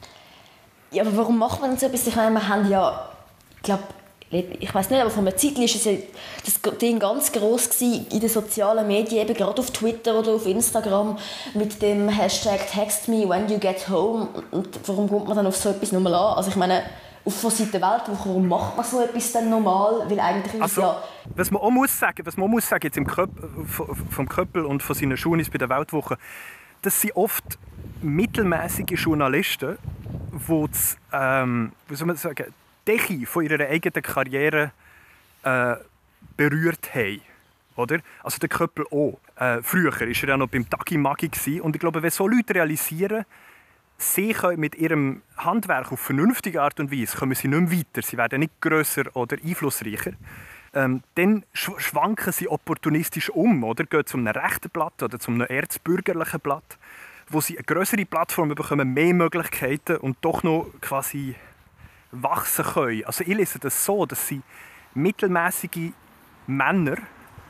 [SPEAKER 1] Ja, aber warum macht man so etwas? Ich meine, wir haben ja, ich glaube, ich weiß nicht, aber vor einer Zeit war es ja das Ding ganz gross in den sozialen Medien, eben gerade auf Twitter oder auf Instagram mit dem Hashtag Text me when you get home. Und warum kommt man dann auf so etwas nochmal an? Also ich meine, von Seiten Weltwoche, warum macht man so etwas denn normal? Weil eigentlich ist
[SPEAKER 2] also,
[SPEAKER 1] ja...
[SPEAKER 2] Was man auch muss sagen, was man auch muss sagen jetzt im Köppel, vom Köppel und von seinen Journeys bei der Weltwoche, das sind oft mittelmäßige Journalisten, die das, ähm, wie soll man sagen, Decke von ihrer eigenen Karriere äh, berührt haben. Oder? Also der Köppel auch. Äh, früher war er ja noch beim Tagi Magi und ich glaube, wenn so Leute realisieren, sie können mit ihrem Handwerk auf vernünftige Art und Weise kommen sie nicht mehr weiter, sie werden nicht grösser oder einflussreicher, ähm, dann schwanken sie opportunistisch um, oder? Gehen zu einem rechten Blatt oder zu einem erzbürgerlichen Blatt, wo sie eine grössere Plattform bekommen, mehr Möglichkeiten und doch noch quasi wachsen können. Also ich lese das so, dass sie mittelmäßige Männer,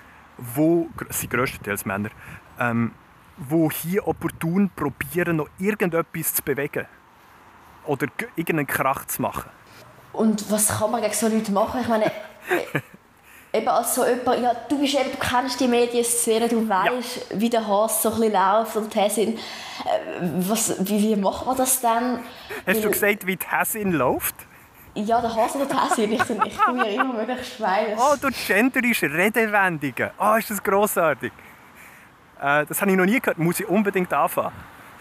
[SPEAKER 2] wo, es sind grösstenteils Männer, ähm, die hier opportun probieren, noch irgendetwas zu bewegen. Oder irgendeinen Krach zu machen.
[SPEAKER 1] Und was kann man gegen so Leute machen? Ich meine, eben als so jemand, ja, du, bist eben, du kennst die Medienszene, du weißt, ja, wie der Hass so ein bisschen läuft und die Häsin. Was, wie, wie macht man das dann?
[SPEAKER 2] Hast Weil, du gesagt, wie die Häsin läuft?
[SPEAKER 1] Ja, der Hass oder die Häsin. Ich, ich bin mir immer möglichst schweig.
[SPEAKER 2] Oh, du genderst Redewendungen. Oh, ist das grossartig. Äh, das habe ich noch nie gehört. Muss ich unbedingt anfangen.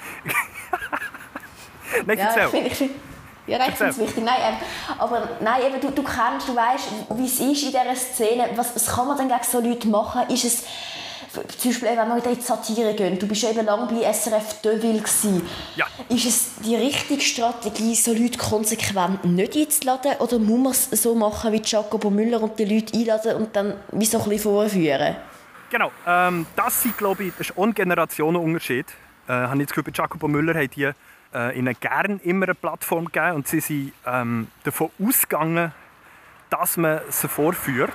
[SPEAKER 2] Nein,
[SPEAKER 1] ja,
[SPEAKER 2] erzähl.
[SPEAKER 1] Ich find, ich, ja, nein, ich finde es wichtig. Nein, ähm, aber nein, eben, du, du kennst, du weißt, wie es ist in dieser Szene. Was, was kann man denn gegen so Leute machen? Ist es, zum Beispiel, wenn wir wieder in die Satire gehen, du bist eben lange bei S R F Deville gewesen.
[SPEAKER 2] Ja.
[SPEAKER 1] Ist es die richtige Strategie, so Leute konsequent nicht einzuladen? Oder muss man es so machen wie Jacobo Müller und die Leute einladen und dann wie so ein bisschen vorführen?
[SPEAKER 2] Genau, ähm, das sind, glaube ich, das ist auch ein Generationenunterschied. Äh, habe ich das Gefühl, bei Jacopo Müller haben die äh, ihnen gerne immer eine Plattform gegeben und sie sind ähm, davon ausgegangen, dass man sie vorführt.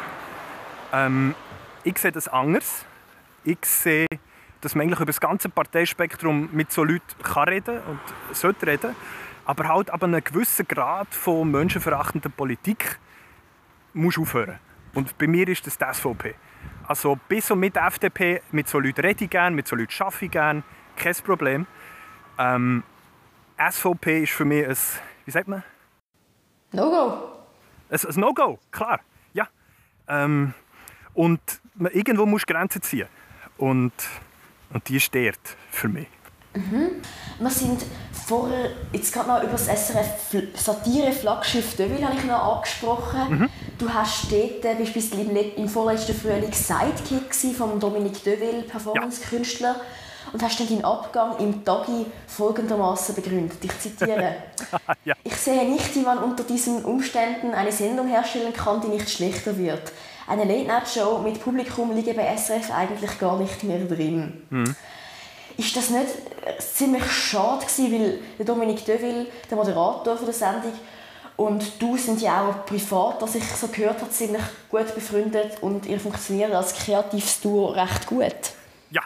[SPEAKER 2] Ähm, ich sehe das anders. Ich sehe, dass man eigentlich über das ganze Parteispektrum mit so Leuten kann reden und sollte reden, aber halt ab einem gewissen Grad von menschenverachtender Politik muss aufhören. Und bei mir ist das die S V P. Also bis und mit der F D P, mit so Leuten rede ich gerne, mit so Leuten arbeite ich gerne, kein Problem. Ähm, S V P ist für mich ein, wie sagt man?
[SPEAKER 1] No-Go.
[SPEAKER 2] Ein, ein No-Go, klar. Ja. Ähm, und man, irgendwo muss Grenzen ziehen. Und, und die ist dort für mich.
[SPEAKER 1] Mhm. Wir sind vorher jetzt gerade noch über das S R F Satire-Flaggschiff Deville habe ich noch angesprochen. Mhm. Du hast dort äh, bist im, im vorletzten Frühling Sidekick von Dominique Deville, Performance-Künstler, ja. Und hast dann deinen Abgang im Tagi folgendermaßen begründet. Ich zitiere. Ja. Ich sehe nicht, wie man unter diesen Umständen eine Sendung herstellen kann, die nicht schlechter wird. Eine Late-Night-Show mit Publikum liege bei S R F eigentlich gar nicht mehr drin. Mhm. Ist das nicht ziemlich schade gewesen, weil der Dominique Deville, der Moderator der Sendung, und du sind ja auch privat, was ich so gehört habe, ziemlich gut befreundet und ihr funktioniert als kreatives Duo recht gut.
[SPEAKER 2] Ja.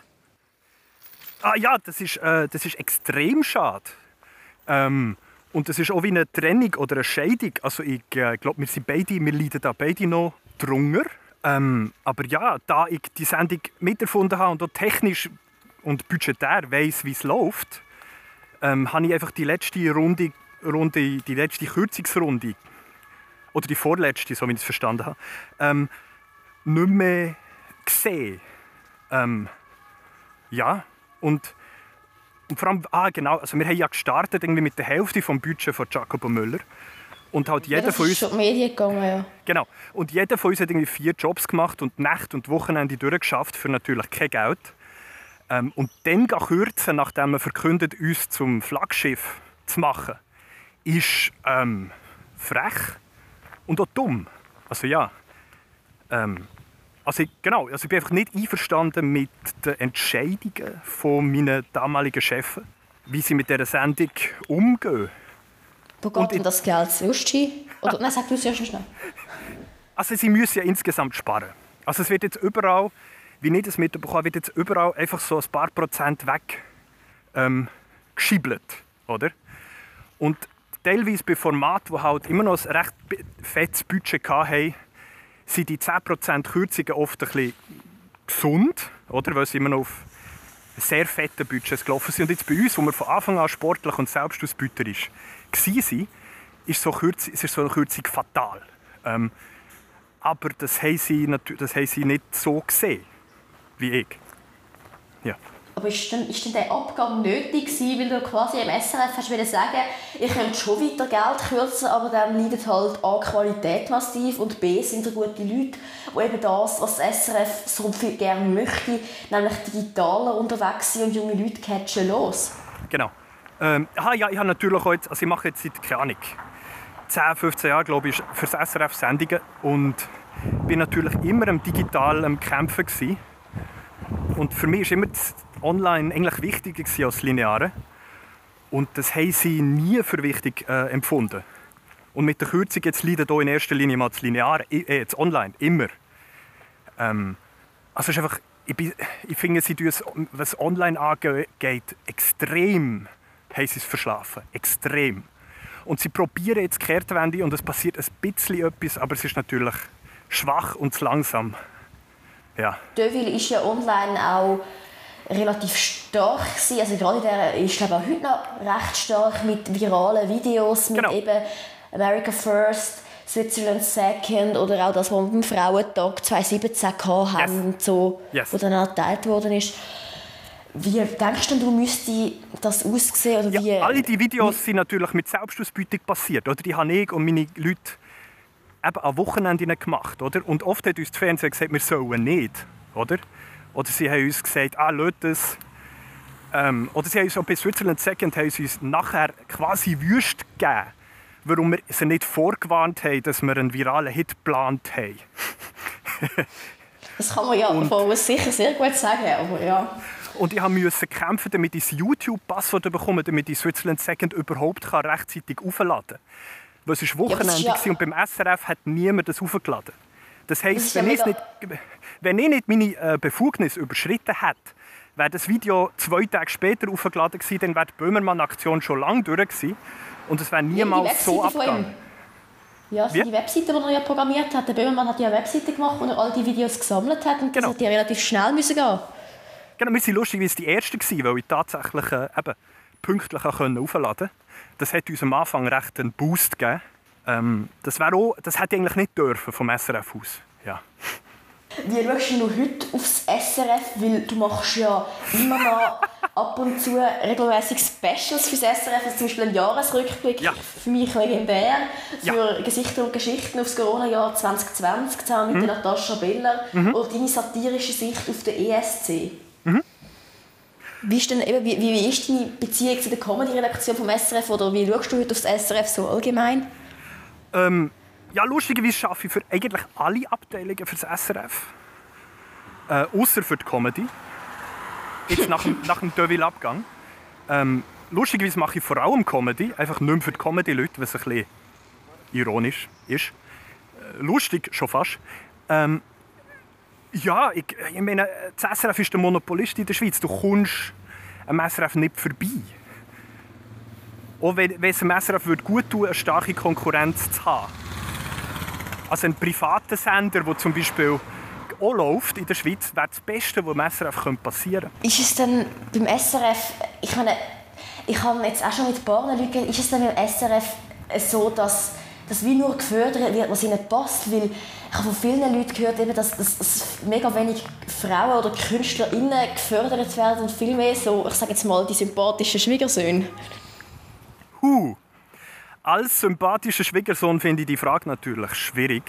[SPEAKER 2] Ah ja, das ist, äh, das ist extrem schade. Ähm, und das ist auch wie eine Trennung oder eine Scheidung. Also ich äh, glaube, wir sind beide, wir leiden da beide noch drunter. Ähm, aber ja, da ich die Sendung miterfunden habe und auch technisch und budgetär weiss, wie es läuft, ähm, habe ich einfach die letzte Runde, Runde, die letzte Kürzungsrunde, oder die vorletzte, so wie ich es verstanden habe, ähm, nicht mehr gesehen. Ähm, ja, und, und vor allem, ah, genau, also wir haben ja gestartet irgendwie mit der Hälfte des Budgets von Jacopo Müller. Und halt jeder
[SPEAKER 1] ja, das
[SPEAKER 2] von uns,
[SPEAKER 1] ist schon Medien gegangen, ja.
[SPEAKER 2] Genau. Und jeder von uns hat irgendwie vier Jobs gemacht und Nacht und Wochenende durchgeschafft für natürlich kein Geld. Ähm, und dann kürzen, nachdem man verkündet, uns zum Flaggschiff zu machen, ist ähm, frech und auch dumm. Also ja. Ähm, also ich, genau, also ich bin einfach nicht einverstanden mit den Entscheidungen von meinen damaligen Chefs, wie sie mit dieser Sendung umgehen.
[SPEAKER 1] Wo geht denn das Geld? Sushi? Oder, nein, sag du es erst schnell.
[SPEAKER 2] Also sie müssen ja insgesamt sparen. Also es wird jetzt überall, wie ich das mitbekommen habe, wird jetzt überall einfach so ein paar Prozent weg ähm, geschiebelt, oder? Und teilweise bei Formaten, die halt immer noch ein recht fettes Budget hatten, sind die zehn Prozent Kürzungen oft ein bisschen gesund, oder? Weil sie immer noch auf sehr fetten Budgets gelaufen sind. Und jetzt bei uns, wo wir von Anfang an sportlich und selbstausbeuterisch waren, ist so, Kürzung, ist so eine Kürzung fatal. Ähm, aber das haben, sie, das haben sie nicht so gesehen wie ich. Ja.
[SPEAKER 1] Aber ist denn, ist denn der Abgang nötig gewesen, weil du quasi im S R F hast sagen, ihr könnt schon weiter Geld kürzen, aber dann leidet halt A, Qualität massiv und B, sind da gute Leute, die eben das, was das S R F so viel gerne möchte, nämlich digitaler unterwegs sind und junge Leute catchen los.
[SPEAKER 2] Genau. Ähm, aha, ja, ich habe natürlich auch jetzt, also ich mache jetzt seit, keine Ahnung, zehn, fünfzehn Jahren, glaube ich, für das S R F Sendungen und bin natürlich immer am digital am Kämpfen gewesen. Und für mich war immer das Online eigentlich wichtiger als das Lineare. Und das haben sie nie für wichtig äh, empfunden. Und mit der Kürzung jetzt leidet hier in erster Linie mal das Lineare, äh, das Online, immer. Ähm, also ist einfach, ich, bin, ich finde, sie tun es, was Online angeht, extrem haben sie es verschlafen. Extrem. Und sie probieren jetzt die Kehrtwende und es passiert ein bisschen etwas, aber es ist natürlich schwach und zu langsam. Ja.
[SPEAKER 1] Deville ist ja online auch relativ stark gewesen. Also gerade der ist glaube auch heute noch recht stark mit viralen Videos, mit genau. eben America First, Switzerland Second oder auch das, was wir beim Frauentag zwanzig siebzehn hatten, yes. und so, yes. wo dann auch geteilt worden ist. Wie denkst du, müsste das aussehen? Oder wie?
[SPEAKER 2] Ja, alle die Videos sind natürlich mit Selbstausbeutung passiert. Oder? Die habe ich und meine Leute eben am Wochenende gemacht. Oder? Und oft hat uns das Fernsehen gesagt, wir sollen nicht. Oder, oder sie haben uns gesagt, ah, lasst es. Ähm, oder sie haben uns auch bei Switzerland Second haben sie uns nachher quasi wüst gegeben, warum wir sie nicht vorgewarnt haben, dass wir einen viralen Hit geplant haben.
[SPEAKER 1] Das kann man ja
[SPEAKER 2] und,
[SPEAKER 1] von uns sicher sehr gut sagen, aber ja.
[SPEAKER 2] Und ich musste kämpfen, damit ich das YouTube-Passwort bekomme, damit ich Switzerland Second überhaupt kann rechtzeitig aufladen kann. Weil es war Wochenende ja, ja. und beim S R F hat niemand das aufgeladen. Das heisst, wenn, ja nicht, wenn ich nicht meine äh, Befugnis überschritten hätte, wäre das Video zwei Tage später aufgeladen gewesen, dann wäre die Böhmermann-Aktion schon lange durch gewesen. Und es wäre niemals ja, so abgegangen.
[SPEAKER 1] Ja, so die Webseite, die er ja programmiert hat. Der Böhmermann hat ja eine Webseite gemacht, wo er all die Videos gesammelt hat. Und das genau. hat ja relativ schnell müssen gehen.
[SPEAKER 2] Genau, wir waren lustigerweise die Ersten, weil ich tatsächlich äh, eben, pünktlich aufladen konnte. Das hat uns am Anfang recht einen Boost gegeben. Ähm, das, auch, das hätte ich eigentlich nicht dürfen vom S R F aus. Ja.
[SPEAKER 1] Wie schaust du noch heute aufs S R F? Weil du machst ja immer noch ab und zu regelmäßig Specials für das S R F. Also zum Beispiel einen Jahresrückblick, ja. für mich legendär, für ja. Gesichter und Geschichten aufs Corona-Jahr zwanzig zwanzig, zusammen mit mhm. Natascha Beller. Mhm. Oder deine satirische Sicht auf den E S C. Mhm. Wie ist, denn, eben, wie, wie ist deine Beziehung zu der Comedy-Redaktion vom S R F? Oder wie schaust du heute aufs S R F so allgemein?
[SPEAKER 2] Ähm, ja, lustigerweise arbeite ich für eigentlich alle Abteilungen für das S R F. Äh, Außer für die Comedy. Jetzt nach dem, nach dem Deville-Abgang. Ähm, lustigerweise mache ich vor allem Comedy. Einfach nicht mehr für die Comedy-Leute, was ein bisschen ironisch ist. Äh, lustig schon fast. Ähm, ja, ich, ich meine, das S R F ist der Monopolist in der Schweiz. Du kommst am S R F nicht vorbei. Auch wenn, wenn es dem S R F gut tun würde, eine starke Konkurrenz zu haben. Also ein privater Sender, der zum Beispiel auch läuft in der Schweiz, wäre das Beste, was dem S R F passieren könnte.
[SPEAKER 1] Ist es denn beim S R F, ich meine, ich habe jetzt auch schon mit ein paar Leuten geredet, ist es denn beim S R F so, dass das wie nur gefördert wird, was ihnen passt? Weil ich habe von vielen Leuten gehört, eben, dass, dass, dass mega wenig Frauen oder KünstlerInnen gefördert werden und viel mehr so, ich sage jetzt mal, die sympathischen Schwiegersöhne.
[SPEAKER 2] Huh. Als sympathischer Schwiegersohn finde ich die Frage natürlich schwierig.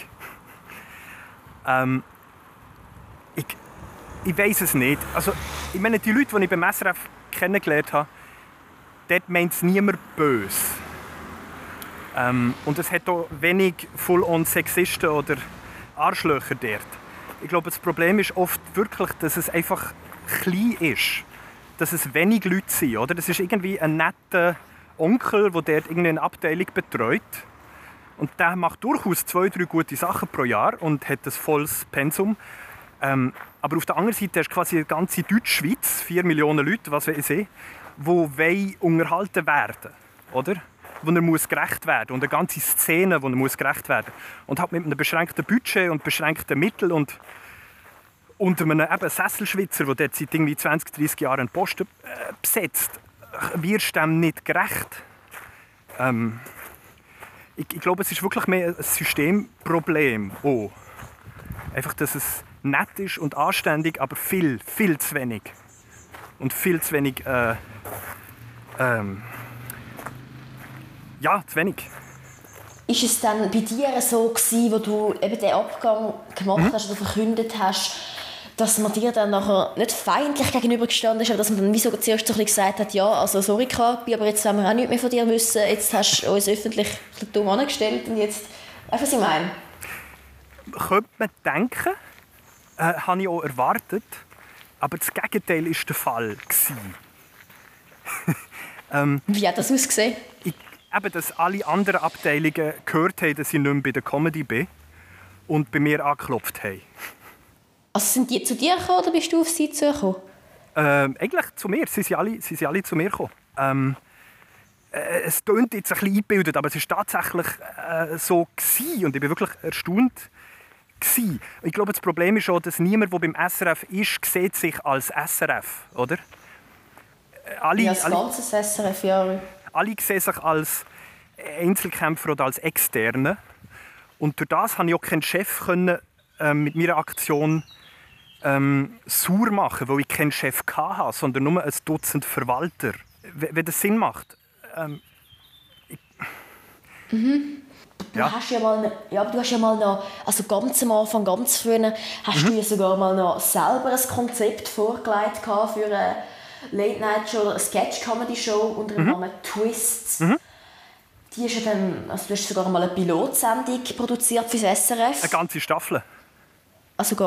[SPEAKER 2] Ähm, ich ich weiß es nicht. Also, ich meine, die Leute, die ich beim S R F kennengelernt habe, dort meint es niemand böse. Ähm, und es hat auch wenig Full-on Sexisten oder Arschlöcher dort. Ich glaube, das Problem ist oft wirklich, dass es einfach klein ist. Dass es wenig Leute sind. Oder? Das ist irgendwie ein netter Onkel, der dort irgendeine Abteilung betreut. Und der macht durchaus zwei, drei gute Sachen pro Jahr und hat ein volles Pensum. Ähm, aber auf der anderen Seite hast du quasi die ganze Deutschschweiz, vier Millionen Leute, was weiß ich, die unterhalten werden, oder? Wo er muss gerecht werden und eine ganze Szene, wo er muss gerecht werden. Und hat mit einem beschränkten Budget und beschränkten Mitteln und unter einem eben Sesselschwitzer, der dort seit irgendwie zwanzig, dreissig Jahren einen Posten äh, besetzt, wirst du dem nicht gerecht. Ähm, ich, ich glaube, es ist wirklich mehr ein Systemproblem. Oh. Einfach, dass es nett ist und anständig, aber viel, viel zu wenig. Und viel zu wenig... Äh, ähm, ja, zu wenig.
[SPEAKER 1] Ist es dann bei dir so gewesen, wo du eben den Abgang gemacht mhm. hast oder verkündet hast, dass man dir dann nachher nicht feindlich gegenübergestanden ist, aber dass man dann wie so zuerst so ein bisschen gesagt hat, ja, also sorry Kapi, aber jetzt haben wir auch nichts mehr von dir müssen, jetzt hast du uns öffentlich dumm angestellt und jetzt... Weißt du, was ich meine?
[SPEAKER 2] Könnte man denken, äh, habe ich auch erwartet, aber das Gegenteil war der Fall. ähm,
[SPEAKER 1] Wie hat das ausgesehen?
[SPEAKER 2] Ich, eben, dass alle anderen Abteilungen gehört haben, dass ich nicht mehr bei der Comedy bin und bei mir angeklopft haben.
[SPEAKER 1] Also sind die zu dir gekommen oder bist du auf sie zugekommen?
[SPEAKER 2] Ähm, eigentlich zu mir. Sie sind alle, sie sind alle zu mir gekommen. Ähm, äh, es klingt jetzt ein bisschen eingebildet, aber es war tatsächlich äh, so gewesen. Und ich war wirklich erstaunt gewesen. Ich glaube, das Problem ist auch, dass niemand, der beim S R F ist, sieht sich als S R F, oder? Alle,
[SPEAKER 1] ja, das ganze alle, S R F, ja.
[SPEAKER 2] Alle sehen sich als Einzelkämpfer oder als Externe. Und durch das konnte ich auch keinen Chef können, äh, mit meiner Aktion ähm, sauer machen, weil ich keinen Chef hatte, sondern nur ein Dutzend Verwalter. W- wenn das Sinn macht. Ähm, ich...
[SPEAKER 1] mhm. Du
[SPEAKER 2] ja.
[SPEAKER 1] hast ja mal, ja, du hast ja mal noch, also ganz am Anfang, ganz früh, hast mhm. du ja sogar mal noch selber ein Konzept vorgelegt für eine Late-Night-Show, eine Sketch-Comedy-Show unter dem mhm. Namen «Twists». Mhm. Die ist ja dann, also du hast sogar mal eine Pilotsendung produziert für das S R F.
[SPEAKER 2] Eine ganze Staffel.
[SPEAKER 1] Ah, sogar?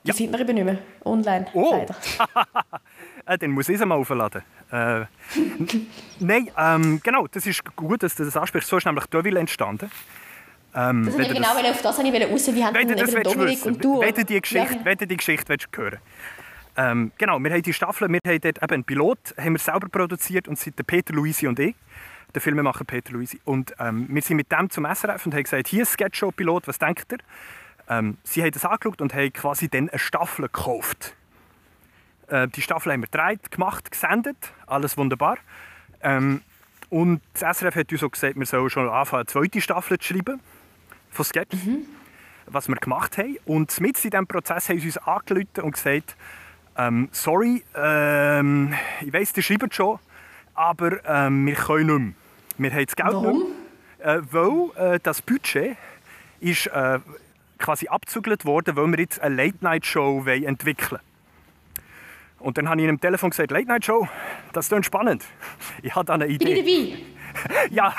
[SPEAKER 1] Die
[SPEAKER 2] Ja.
[SPEAKER 1] findet man eben nicht mehr online,
[SPEAKER 2] Oh.
[SPEAKER 1] leider.
[SPEAKER 2] Äh, dann muss ich es mal aufladen. Äh, Nein, ähm, genau, das ist gut, dass du das ansprichst. So ist nämlich Deauville entstanden. Ähm,
[SPEAKER 1] Das
[SPEAKER 2] wenn
[SPEAKER 1] wollte
[SPEAKER 2] du
[SPEAKER 1] ich genau raus, auf das wollte ich raus. Wie haben
[SPEAKER 2] Wenn du
[SPEAKER 1] denn
[SPEAKER 2] das
[SPEAKER 1] eben
[SPEAKER 2] willst
[SPEAKER 1] Dominik
[SPEAKER 2] wissen,
[SPEAKER 1] und du...
[SPEAKER 2] wenn du die Geschichte,
[SPEAKER 1] Ja.
[SPEAKER 2] wenn du die Geschichte willst hören ähm, genau, wir haben die Staffel, wir haben dort eben einen Pilot, haben wir selber produziert und sind der Peter Luisi und ich, der Filmemacher Peter Luisi. Und ähm, wir sind mit dem zum S R F und haben gesagt, hier ist Sketch-Show-Pilot, was denkt ihr? Ähm, sie haben das angeschaut und haben quasi dann eine Staffel gekauft. Äh, die Staffel haben wir gedreht, gemacht, gesendet, alles wunderbar. Ähm, und das S R F hat uns auch gesagt, wir sollen schon anfangen, eine zweite Staffel zu schreiben von Sketch, mhm. was wir gemacht haben. Und mit in diesem Prozess haben sie uns angerufen und gesagt, ähm, sorry, ähm, ich weiss, ihr schreibt schon, aber ähm, wir können nicht mehr. Wir haben das Geld
[SPEAKER 1] Warum?
[SPEAKER 2] nicht mehr, äh, weil äh, das Budget ist äh, quasi abgezügelt worden, weil wir jetzt eine Late-Night-Show entwickeln wollen. Und dann habe ich ihm am Telefon gesagt, Late-Night-Show, das klingt spannend. Ich habe da eine Idee.
[SPEAKER 1] Bin ich dabei?
[SPEAKER 2] Ja,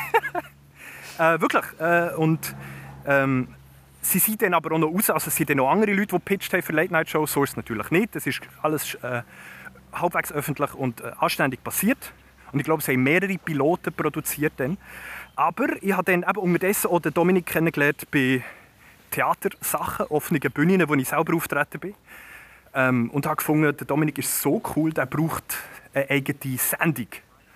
[SPEAKER 2] äh, wirklich. Äh, und ähm, sie sind dann aber auch noch raus. Also es sind dann noch andere Leute, die gepitcht haben für Late-Night-Shows. So ist es natürlich nicht. Das ist alles äh, halbwegs öffentlich und äh, anständig passiert. Und ich glaube, es haben mehrere Piloten produziert dann. Aber ich habe dann eben unterdessen auch den Dominik kennengelernt bei Theatersachen, offenen Bühnen, wo ich selber auftreten bin. Ähm, und habe gefunden, der Dominik ist so cool, der braucht eine eigene Sendung.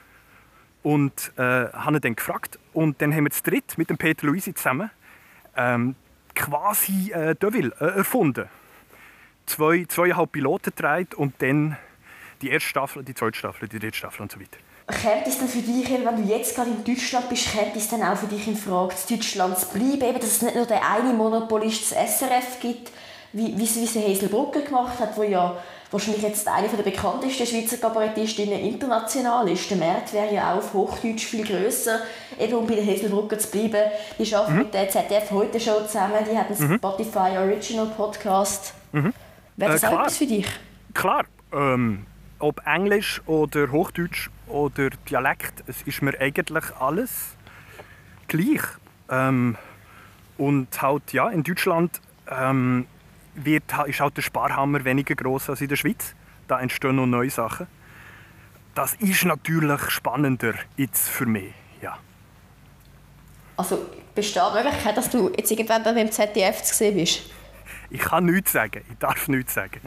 [SPEAKER 2] Und äh, habe ihn dann gefragt. Und dann haben wir zu dritt mit dem Peter Luisi zusammen ähm, quasi äh, Deauville äh, erfunden. Zwei, zweieinhalb Piloten gedreht und dann die erste Staffel, die zweite Staffel, die dritte Staffel und so weiter.
[SPEAKER 1] Kommt es dann für dich, wenn du jetzt gerade in Deutschland bist, kommt es dann auch für dich in Frage, in Deutschland zu bleiben, eben, dass es nicht nur den einen Monopolist des S R F gibt, wie, wie es Hazel Brugger gemacht hat, wo ja wahrscheinlich jetzt eine der bekanntesten Schweizer Kabarettistinnen international ist. Der Markt wäre ja auch auf Hochdeutsch viel grösser, eben um bei der Hazel Brugger zu bleiben. Die arbeitet mhm. mit der Z D F-Heute-Show zusammen, die hat einen mhm. Spotify Original Podcast. Mhm. Wäre das äh, auch etwas für dich?
[SPEAKER 2] Klar. Ähm, ob Englisch oder Hochdeutsch oder Dialekt, es ist mir eigentlich alles gleich. Ähm, und halt, ja, in Deutschland ähm, wird, ist halt der Sparhammer weniger gross als in der Schweiz. Da entstehen noch neue Sachen. Das ist natürlich spannender jetzt für mich, ja.
[SPEAKER 1] Also besteht die Möglichkeit, dass du jetzt irgendwann beim Z D F zu sehen bist?
[SPEAKER 2] Ich kann nichts sagen, ich darf nichts sagen.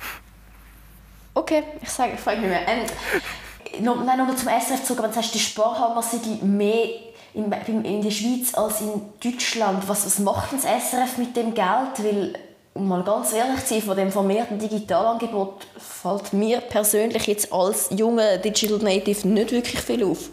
[SPEAKER 1] Okay, ich sage, ich frage nicht mehr. Ähm, noch, nein, noch zum S R F zurück, wenn du sagst, die Sparhammer sind mehr in, in der Schweiz als in Deutschland. Was, was macht denn das S R F mit dem Geld? Weil, um mal ganz ehrlich zu sein, von dem vermehrten Digitalangebot fällt mir persönlich jetzt als junger Digital Native nicht wirklich viel auf.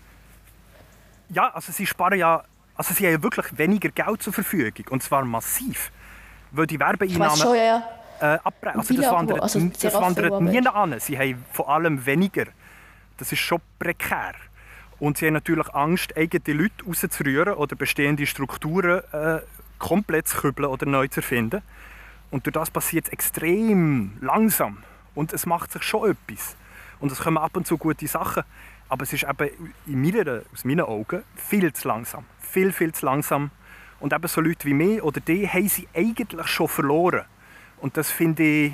[SPEAKER 2] Ja, also sie sparen ja, also sie haben ja wirklich weniger Geld zur Verfügung, und zwar massiv. Weil die Werbeeinnahmen
[SPEAKER 1] schon, ja.
[SPEAKER 2] äh, abbrechen. Also das wandert,
[SPEAKER 1] also
[SPEAKER 2] das wandert nie an. Sie haben vor allem weniger. Das ist schon prekär. Und sie haben natürlich Angst, eigene Leute rauszurühren oder bestehende Strukturen äh, komplett zu kübeln oder neu zu erfinden. Und durch das passiert es extrem langsam. Und es macht sich schon etwas. Und es kommen ab und zu gute Sachen. Aber es ist eben in meiner, aus meinen Augen viel zu langsam. Viel, viel zu langsam. Und eben so Leute wie mich oder die haben sie eigentlich schon verloren. Und das finde ich,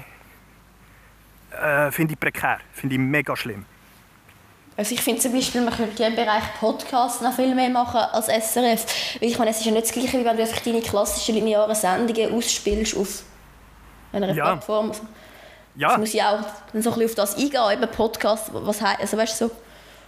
[SPEAKER 2] äh, finde ich prekär, finde ich mega schlimm.
[SPEAKER 1] Also ich finde zum Beispiel, man könnte ja im Bereich Podcast noch viel mehr machen als S R F. Weil ich meine, es ist ja nicht das Gleiche, wie wenn du einfach deine klassischen linearen Sendungen ausspielst auf einer ja. Plattform. Ja. Das muss ja auch so ein bisschen auf das eingehen, eben Podcast, was heißt, also weißt du so.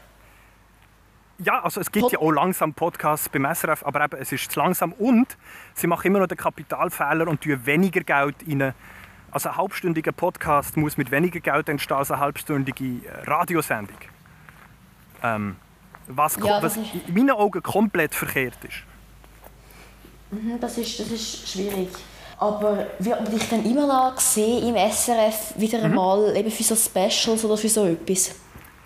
[SPEAKER 2] Ja, also es gibt Pod- ja auch langsam Podcasts beim S R F, aber eben, es ist zu langsam und sie machen immer noch den Kapitalfehler und tun weniger Geld rein. Also ein halbstündiger Podcast muss mit weniger Geld entstehen als eine halbstündige Radiosendung. Ähm, was,
[SPEAKER 1] ja,
[SPEAKER 2] was in meinen Augen komplett verkehrt ist.
[SPEAKER 1] Mhm, das ist, das ist schwierig. Aber wird man dich dann immer noch sehen im S R F wieder mhm. einmal eben für so Specials oder für so etwas?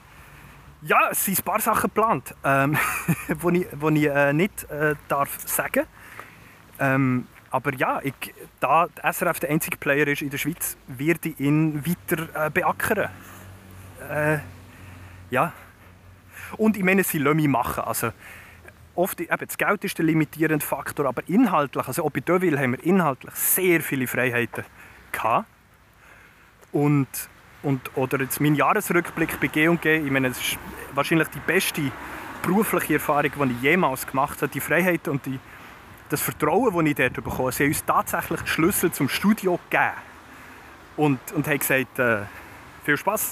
[SPEAKER 2] Ja, es sind ein paar Sachen geplant, ähm, die ich, wo ich äh, nicht äh, darf sagen ähm, aber ja, ich, da der S R F der einzige Player ist in der Schweiz, werde ich ihn weiter äh, beackern. Äh, ja. Und ich meine, sie lassen mich machen. Also, oft, eben, das Geld ist der limitierende Faktor, aber inhaltlich, also auch bei Deauville haben wir inhaltlich sehr viele Freiheiten, gehabt. Und, und, oder jetzt mein Jahresrückblick bei G und G, ich meine, es ist wahrscheinlich die beste berufliche Erfahrung, die ich jemals gemacht habe. Die Freiheit und die, das Vertrauen, das ich dort bekommen habe. Sie haben uns tatsächlich die Schlüssel zum Studio gegeben. Und, und haben gesagt, äh, viel Spass.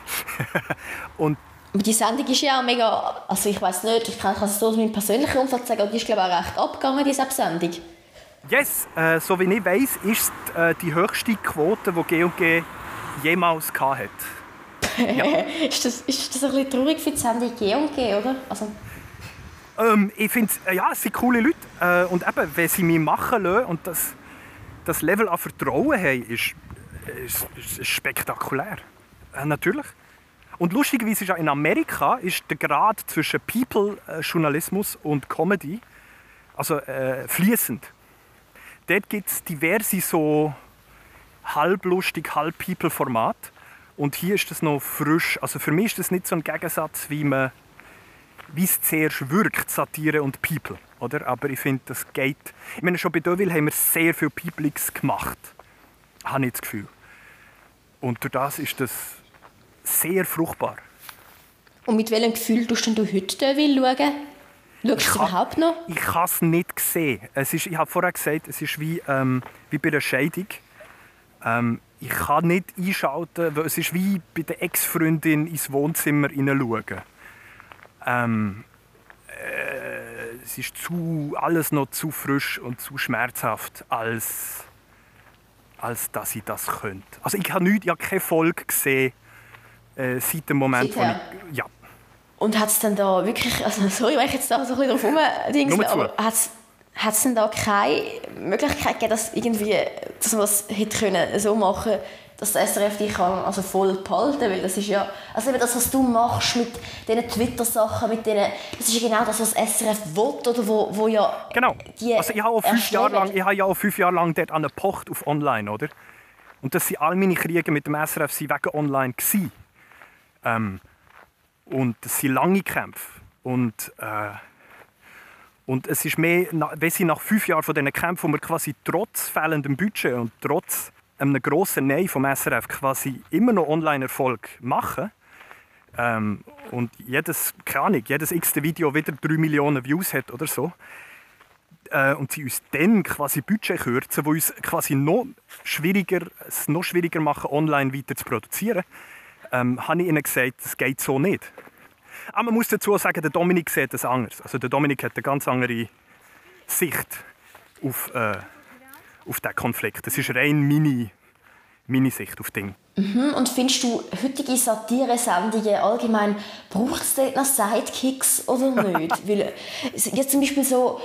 [SPEAKER 2] und
[SPEAKER 1] Aber die Sendung ist ja auch mega, also ich weiss nicht, ich kann es so aus meinem persönlichen Umfeld sagen, aber die ist glaube ich auch recht abgegangen, diese Sendung.
[SPEAKER 2] Yes, äh, so wie ich weiss, ist es äh, die höchste Quote, die G und G jemals hatte. Ja.
[SPEAKER 1] ist, das, ist das ein bisschen traurig für die Sendung G und G, oder? Also.
[SPEAKER 2] Ähm, ich finde, äh, ja, es sind coole Leute. Äh, und eben, wenn sie mich machen lassen und das, das Level an Vertrauen haben, ist, ist, ist spektakulär. Äh, natürlich. Und lustigerweise ist ja in Amerika ist der Grad zwischen People-Journalismus und Comedy also äh, fließend. Dort gibt es diverse so halblustig, halb People-Format. Und hier ist das noch frisch. Also für mich ist das nicht so ein Gegensatz, wie man wie es zuerst wirkt, Satire und People. Oder? Aber ich finde, das geht. Ich meine, schon bei Deauville haben wir sehr viel Peoplings gemacht. Habe ich das Gefühl. Und durch das ist das sehr fruchtbar.
[SPEAKER 1] Und mit welchem Gefühl tust du heute Deauville schauen? Schaust du es überhaupt noch?
[SPEAKER 2] Ich habe es nicht gesehen. Es ist, ich habe vorher gesagt, es ist wie, ähm, wie bei einer Scheidung. Ähm, ich kann nicht einschalten, weil es ist wie bei der Ex-Freundin ins Wohnzimmer hineinschauen. Ähm, äh, es ist zu, alles noch zu frisch und zu schmerzhaft, als, als dass ich das könnte. Also ich habe, nicht, ich habe keine Folge gesehen, äh, seit dem Moment, wo ich... Ja.
[SPEAKER 1] Und hat es denn da wirklich, also sorry, wenn ich jetzt da so ein bisschen drauf rumdingse, aber hat es denn da keine Möglichkeit gegeben, dass, irgendwie, dass man es hätte können so machen können, dass der S R F dich kann, also voll behalten kann? Weil das ist ja, also eben das, was du machst mit diesen Twitter-Sachen, mit denen, das ist ja genau das, was das S R F will, oder wo, wo ja
[SPEAKER 2] genau.
[SPEAKER 1] Die
[SPEAKER 2] also ich habe auch fünf Jahre lang, ich habe ja auch fünf Jahre lang dort an der Pocht auf Online, oder? Und das sind all meine Kriege mit dem S R F sind wegen Online gewesen. Ähm, und das sind lange Kämpfe. Und, äh, und es ist mehr, wenn sie nach fünf Jahren von diesen Kämpfen, wo wir quasi trotz fehlendem Budget und trotz einem grossen Nein vom S R F quasi immer noch Online-Erfolg machen ähm, und jedes, keine Ahnung, jedes x-te Video wieder drei Millionen Views hat oder so äh, und sie uns dann quasi Budget kürzen, wo uns quasi noch schwieriger, es noch schwieriger machen, online weiter zu produzieren, ähm, habe ich ihnen gesagt, das geht so nicht. Aber man muss dazu sagen, der Dominik sieht das anders. Also der Dominik hat eine ganz andere Sicht auf äh, auf diesen Konflikt. Das ist rein meine, meine Sicht auf Dinge.
[SPEAKER 1] Mhm. Und findest du, heutige Satire-Sendungen allgemein, braucht es dort noch Sidekicks oder nicht? Weil jetzt zum Beispiel so,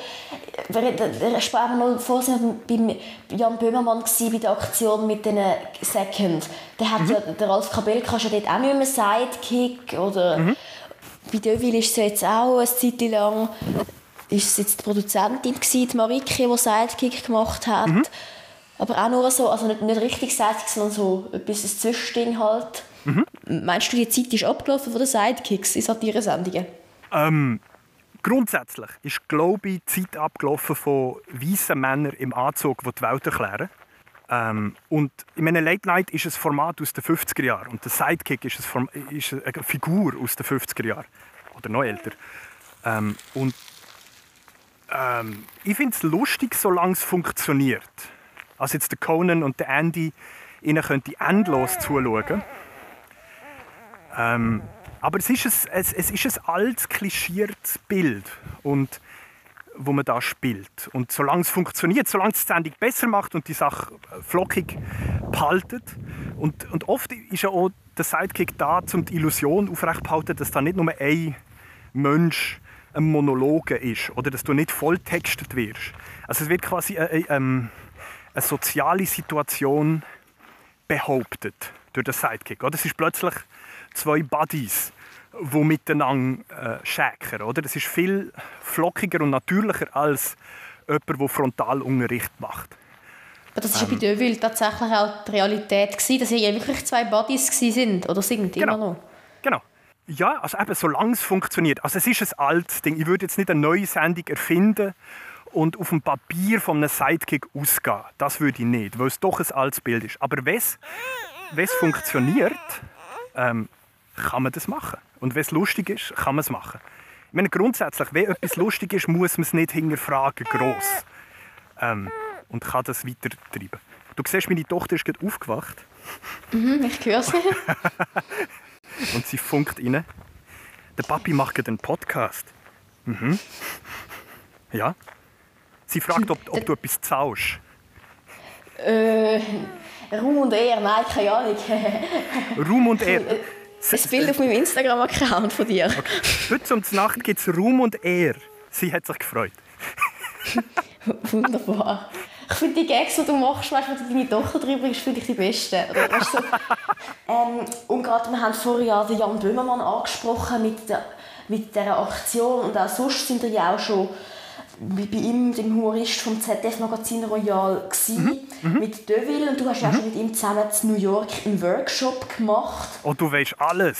[SPEAKER 1] der Sprache noch vorhin beim Jan Böhmermann war, bei der Aktion mit den Second. Der hat mhm. ja, der Ralf Kabelka schon dort auch nicht mehr Sidekick. Oder mhm. bei Deauville ist es jetzt auch eine Zeit lang... ist es jetzt die Produzentin gewesen, die Marike, die Sidekick gemacht hat. Mhm. Aber auch nur so, also nicht, nicht richtig Sidekick, sondern so etwas ein Zwischending halt. Mhm. Meinst du, die Zeit ist abgelaufen von den Sidekicks in Satiresendungen?
[SPEAKER 2] Ähm, grundsätzlich ist, glaube ich, die Zeit abgelaufen von weißen Männern im Anzug, die die Welt erklären. Ähm, und in meiner Late Night ist ein Format aus den fünfziger Jahren und der Sidekick ist, ein Form- ist eine Figur aus den fünfziger Jahren. Oder noch älter. Ähm, und Ähm, ich finde es lustig, solange es funktioniert. Also jetzt der Conan und der Andy, ihnen könnt ihr endlos zuschauen. Ähm, aber es ist ein, es, es ist ein altes, klischiertes Bild, und, wo man da spielt. Und solange es funktioniert, solange es die Sendung besser macht und die Sache flockig behaltet. Und, und oft ist ja auch der Sidekick da, um die Illusion aufrechtzuerhalten, dass da nicht nur ein Mensch ein Monolog ist oder dass du nicht volltextet wirst. Also es wird quasi eine, eine, eine soziale Situation behauptet durch den Sidekick. Oder? Es ist plötzlich zwei Buddies, die miteinander äh, schäkern. Oder? Das ist viel flockiger und natürlicher als jemand, der Frontalunterricht macht.
[SPEAKER 1] Aber das war ähm, bei Deauville tatsächlich auch die Realität, dass sie wirklich zwei Buddies waren oder sind
[SPEAKER 2] genau,
[SPEAKER 1] immer noch.
[SPEAKER 2] Genau. Ja, also eben, solange es funktioniert. Also es ist ein altes Ding. Ich würde jetzt nicht eine neue Sendung erfinden und auf dem Papier von einem Sidekick ausgehen. Das würde ich nicht, weil es doch ein altes Bild ist. Aber wenn es funktioniert, ähm, kann man das machen. Und wenn es lustig ist, kann man es machen. Ich meine, grundsätzlich, wenn etwas lustig ist, muss man es nicht hinterfragen, gross. Ähm, und kann das weitertreiben. Du siehst, meine Tochter ist gerade aufgewacht.
[SPEAKER 1] Mhm, ich höre sie.
[SPEAKER 2] Und sie funkt rein. Der Papi macht gerade einen Podcast. Mhm. Ja. Sie fragt, ob, ob du etwas zahlst.
[SPEAKER 1] Äh, Ruhm und Ehr, nein, keine Ahnung.
[SPEAKER 2] Ruhm und Ehr.
[SPEAKER 1] Ein Bild auf meinem Instagram-Account von dir.
[SPEAKER 2] Okay. Heute um die Nacht gibt es Ruhm und Ehr. Sie hat sich gefreut.
[SPEAKER 1] Wunderbar. Ich finde die Gags, die du machst, weißt, wenn du deine Tochter drüber bringst, finde ich die besten. Oder, weißt, so. ähm, und gerade, wir haben vorher ja den Jan Böhmermann angesprochen mit, der, mit dieser Aktion. Und auch sonst sind wir ja auch schon bei ihm, dem Humorist vom Z D F-Magazin Royal, mhm. mit Deville. Und du hast ja mhm. auch schon mit ihm zusammen in New York einen Workshop gemacht.
[SPEAKER 2] Oh, du weißt alles.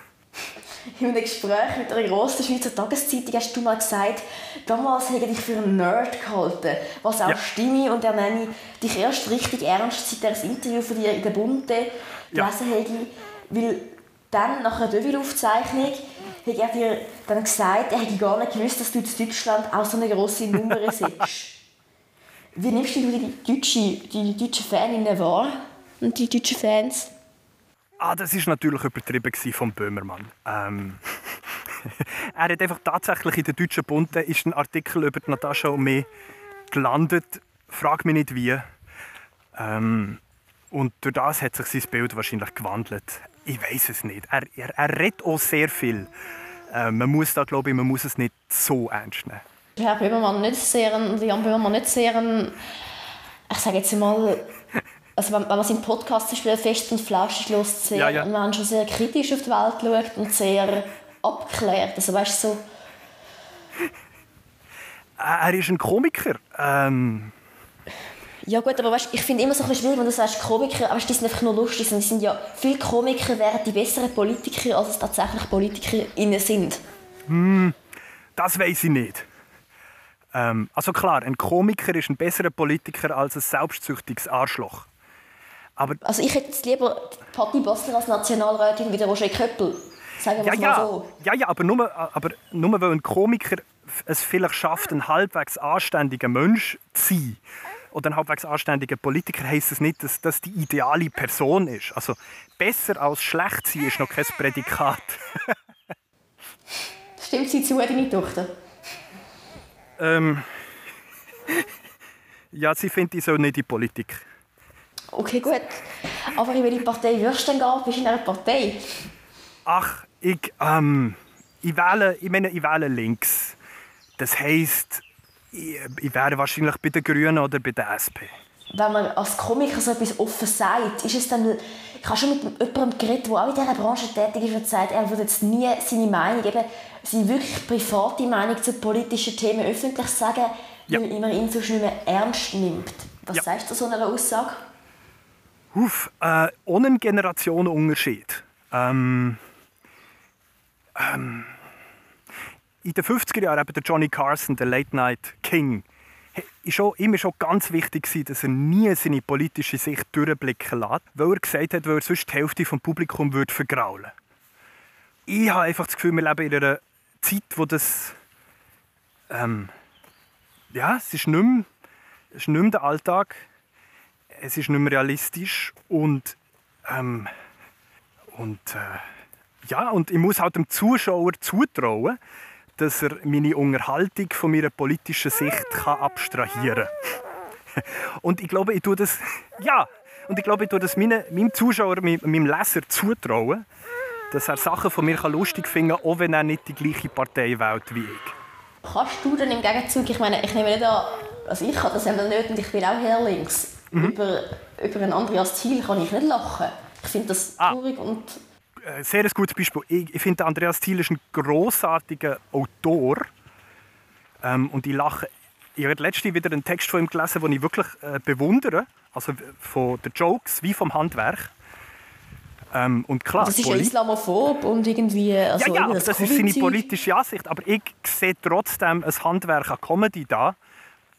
[SPEAKER 1] In einem Gespräch mit einer grossen Schweizer Tageszeitung hast du mal gesagt, damals hätte ich dich für einen Nerd gehalten. Was auch ja. stimme. Und er nenne dich erst richtig ernst, seit er das Interview von dir in der Bunte gelesen ja. hätte. Weil dann, nach einer Deville-Aufzeichnung, hat er dir dann gesagt, er hätte gar nicht gewusst, dass du in Deutschland auch so eine grosse Nummer sitzt. Wie nimmst du die deutschen die deutsche Faninnen wahr? Und die deutschen Fans?
[SPEAKER 2] Ah, das war natürlich übertrieben von Böhmermann. Ähm, er hat einfach tatsächlich in der Deutschen Bunte ist ein Artikel über die Natascha und mich gelandet. Frag mich nicht wie. Ähm, und durch das hat sich sein Bild wahrscheinlich gewandelt. Ich weiß es nicht. Er, er, er redet auch sehr viel. Äh, man muss da, glaube ich, man muss es nicht so ernst nehmen.
[SPEAKER 1] Herr Böhmermann nicht sehr, Jan Böhmermann nicht sehr, ich sage jetzt mal, also wenn, wenn man seinen Podcast zum Beispiel fest und flauschig hört, sehr, ja, ja. und man schon sehr kritisch auf die Welt schaut und sehr abgeklärt. Also weißt du, so.
[SPEAKER 2] Er ist ein Komiker. Ähm.
[SPEAKER 1] Ja gut, aber weißt, ich finde immer so ein bisschen schwierig, wenn du sagst Komiker, aber die sind einfach nur lustig. Die sind ja, viele Komiker wären die besseren Politiker, als es tatsächlich PolitikerInnen sind.
[SPEAKER 2] Hm, das weiss ich nicht. Ähm, also klar, ein Komiker ist ein besserer Politiker als ein selbstsüchtiges Arschloch. Aber
[SPEAKER 1] also ich hätte jetzt lieber Patti Basler als Nationalrätin wie der Roger Köppel. Sagen wir
[SPEAKER 2] ja,
[SPEAKER 1] es
[SPEAKER 2] ja.
[SPEAKER 1] mal so.
[SPEAKER 2] Ja, ja, aber nur, aber nur weil ein Komiker es vielleicht schafft, ein halbwegs anständiger Mensch zu sein oder ein halbwegs anständiger Politiker, heisst es nicht, dass das die ideale Person ist. Also besser als schlecht sein ist noch kein Prädikat.
[SPEAKER 1] Stimmt sie zu, deine Tochter?
[SPEAKER 2] Ähm. Ja, sie findet, ich soll nicht in die Politik.
[SPEAKER 1] Okay, gut. Aber in welche Partei wirst du denn gehen? Bist du in einer Partei?
[SPEAKER 2] Ach, ich, ähm, ich wähle, ich meine, ich wähle links. Das heisst, ich, ich wäre wahrscheinlich bei den Grünen oder bei der S P.
[SPEAKER 1] Wenn man als Komiker so etwas offen sagt, ist es dann... Ich habe schon mit jemandem geredet, der auch in dieser Branche tätig ist und sagt, er würde jetzt nie seine Meinung, eben seine wirklich private Meinung zu politischen Themen öffentlich sagen, weil ja. man ihn sonst nicht mehr ernst nimmt. Was ja. sagst du zu so einer Aussage?
[SPEAKER 2] Uff, äh, ohne einen Generationenunterschied. Ähm, ähm, in den fünfziger Jahren eben der Johnny Carson, der Late Night King, war ihm schon ganz wichtig, dass er nie seine politische Sicht durchblicken lässt, weil er gesagt hat, weil er sonst die Hälfte des Publikums würde vergraulen. Ich habe einfach das Gefühl, wir leben in einer Zeit, wo das... Ähm, ja, es ist nicht mehr, es ist nicht mehr der Alltag. Es ist nicht mehr realistisch. Und... Ähm, und äh, ja, und ich muss halt dem Zuschauer zutrauen, dass er meine Unterhaltung von meiner politischen Sicht kann abstrahieren kann. Und ich glaube, ich tue das, ja, und ich glaube, ich tue das meinen, meinem Zuschauer, meinem Leser zutrauen, dass er Sachen von mir lustig finden kann, auch wenn er nicht die gleiche Partei wählt wie ich.
[SPEAKER 1] Kannst du denn im Gegenzug, ich meine, ich nehme nicht an, also ich kann das einmal nicht und ich bin auch Herr Links, mhm. über, über einen Andreas Thiel kann ich nicht lachen. Ich finde das traurig ah. und...
[SPEAKER 2] Sehr ein gutes Beispiel. Ich, ich finde, Andreas Thiel ist ein grossartiger Autor. Ähm, und ich lache. Ich habe letztens wieder einen Text von ihm gelesen, den ich wirklich äh, bewundere. Also von den Jokes wie vom Handwerk. Ähm, und klar,
[SPEAKER 1] das ist ja islamophob und irgendwie... Also
[SPEAKER 2] ja, ja, das, das ist seine politische Ansicht. Aber ich sehe trotzdem ein Handwerk an Comedy da,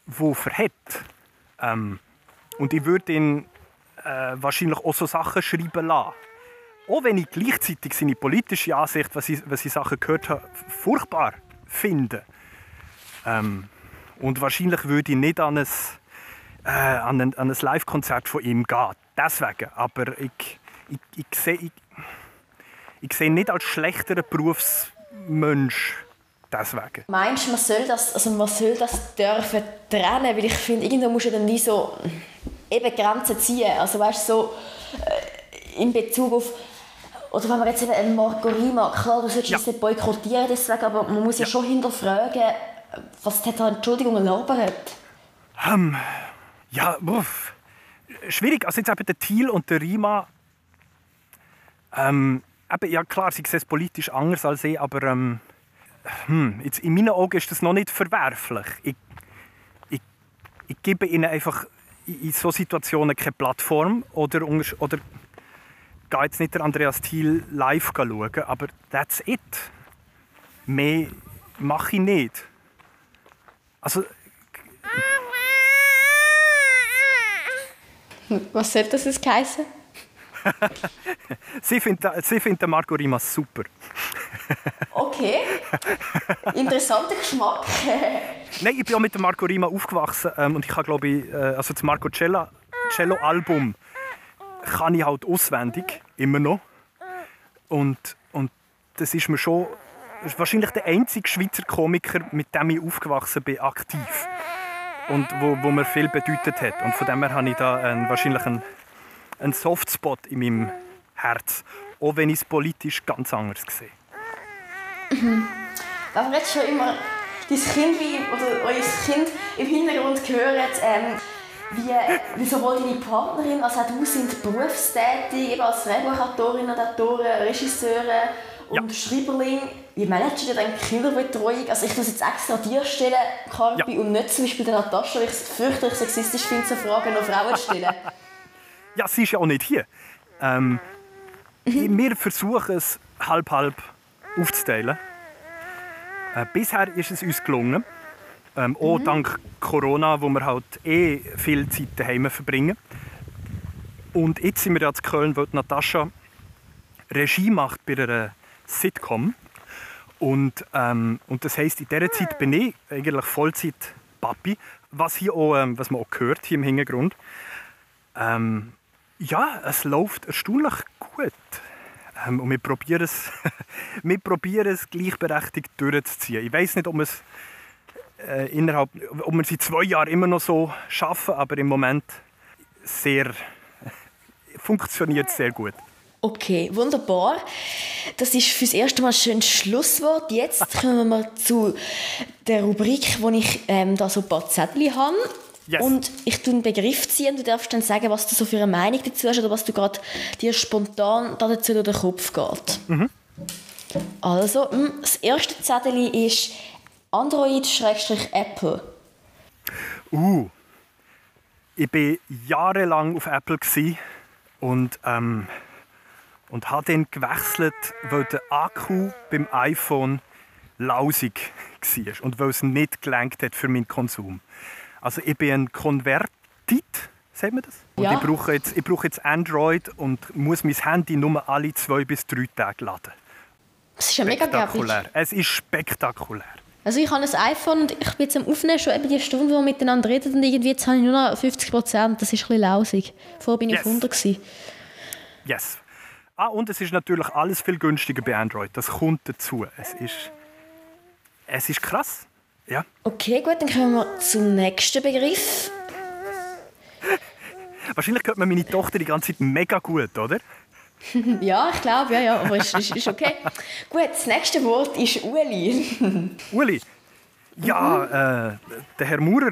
[SPEAKER 2] der verhält. Ähm, und ich würde ihn äh, wahrscheinlich auch so Sachen schreiben lassen. Auch wenn ich gleichzeitig seine politische Ansicht, was ich, was ich Sachen gehört habe, furchtbar finde. Ähm, und wahrscheinlich würde ich nicht an ein, äh, an ein, an ein Live-Konzert von ihm gehen. Deswegen. Aber ich, ich, ich, sehe, ich, ich sehe ihn nicht als schlechterer Berufsmensch. Deswegen.
[SPEAKER 1] Meinst du, man soll das, also man soll das dürfen trennen? Weil ich finde, irgendwo musst du dann wie so eben Grenzen ziehen. Also weißt du, so äh, in Bezug auf, oder wenn man jetzt eben einen Marco Rima, klar, du solltest
[SPEAKER 2] ja.
[SPEAKER 1] das nicht boykottieren deswegen, aber man muss ja, ja schon hinterfragen, was hat er, Entschuldigung, erlaubt?
[SPEAKER 2] Um, ja, uff. Schwierig. Also jetzt eben der Thiel und der Rima, ähm, eben, ja klar, sie sehen es politisch anders als ich, aber ähm, hm, jetzt in meinen Augen ist das noch nicht verwerflich. Ich, ich, ich gebe ihnen einfach in solchen Situationen keine Plattform oder, oder gehe jetzt nicht der Andreas Thiel live schauen, aber that's it. Mehr mache ich nicht. Also,
[SPEAKER 1] was soll das jetzt heissen?
[SPEAKER 2] sie findet, sie findet Marco Rimas super.
[SPEAKER 1] Okay. Interessanter Geschmack.
[SPEAKER 2] Nein, ich bin auch mit dem Marco Rima aufgewachsen ähm, und ich habe, glaube ich, äh, also das Marco Cello, Cello Album kann ich halt auswendig, immer noch. Und, und das ist mir schon das ist wahrscheinlich der einzige Schweizer Komiker, mit dem ich aufgewachsen bin, aktiv. Und wo, wo mir viel bedeutet hat. Und von dem her habe ich da einen, wahrscheinlich einen, einen Softspot in meinem Herz. Auch wenn ich es politisch ganz anders sehe.
[SPEAKER 1] Mhm. Wenn wir jetzt schon immer dein Kind oder euer Kind im Hintergrund hören, ähm, wie, wie sowohl deine Partnerin als auch du sind berufstätig, eben als Drehbuchautorinnen und Autoren, Regisseure und ja. Schreiberling. Wie managst du dann Kinderbetreuung? Also ich muss jetzt extra dir stellen, Carpi, ja. und nicht zum Beispiel der Natascha, weil ich es fürchterlich sexistisch finde, so Fragen noch Frauen zu stellen.
[SPEAKER 2] Ja, sie ist ja auch nicht hier. Ähm, mhm. Wir versuchen es halb-halb aufzuteilen. Äh, bisher ist es uns gelungen. Ähm, auch mhm. dank Corona, wo wir halt eh viel Zeit daheim verbringen. Und jetzt sind wir ja in Köln, weil Natascha Regie macht bei einer Sitcom. Und, ähm, und das heisst, in dieser Zeit bin ich eigentlich Vollzeit-Papi, was, hier auch, ähm, was man auch hört hier im Hintergrund. Ähm, ja, es läuft erstaunlich gut. Ähm, und wir probieren es, wir probieren es gleichberechtigt durchzuziehen. Ich weiss nicht, ob wir es äh, innerhalb, ob wir es in zwei Jahren immer noch so schaffen, aber im Moment sehr, funktioniert es sehr gut.
[SPEAKER 1] Okay, wunderbar. Das ist für das erste Mal ein schönes Schlusswort. Jetzt kommen wir zu der Rubrik, wo ich ähm, da so ein paar Zettel habe. Yes. Und ich tue einen Begriff ziehen und du darfst dann sagen, was du so für eine Meinung dazu hast oder was du gerade dir spontan dazu durch den Kopf geht. Mhm. Also, das erste Zettel ist Android-Apple.
[SPEAKER 2] Uh, ich war jahrelang auf Apple und ähm, und habe dann gewechselt, weil der Akku beim iPhone lausig war und weil es nicht gelenkt hat für meinen Konsum. Also ich bin ein Konvertit, sagt man das? Und ja. ich, brauche jetzt, ich brauche jetzt Android und muss mein Handy nur alle zwei bis drei Tage laden.
[SPEAKER 1] Das ist ja mega
[SPEAKER 2] spektakulär. Es ist spektakulär.
[SPEAKER 1] Also ich habe ein iPhone und ich bin jetzt am Aufnehmen schon eben die Stunde, wo wir miteinander reden und irgendwie jetzt habe ich nur noch fünfzig Prozent. Das ist ein bisschen lausig. Vorher bin ich yes. hundert gewesen.
[SPEAKER 2] Yes. Ah, und es ist natürlich alles viel günstiger bei Android. Das kommt dazu. Es ist, es ist krass. Ja.
[SPEAKER 1] Okay, gut, dann kommen wir zum nächsten Begriff.
[SPEAKER 2] Wahrscheinlich hört man meine Tochter die ganze Zeit mega gut, oder?
[SPEAKER 1] Ja, ich glaube, ja, ja, aber es ist, ist okay. Gut, das nächste Wort ist Uli.
[SPEAKER 2] Uli? Ja, äh, der Herr Maurer.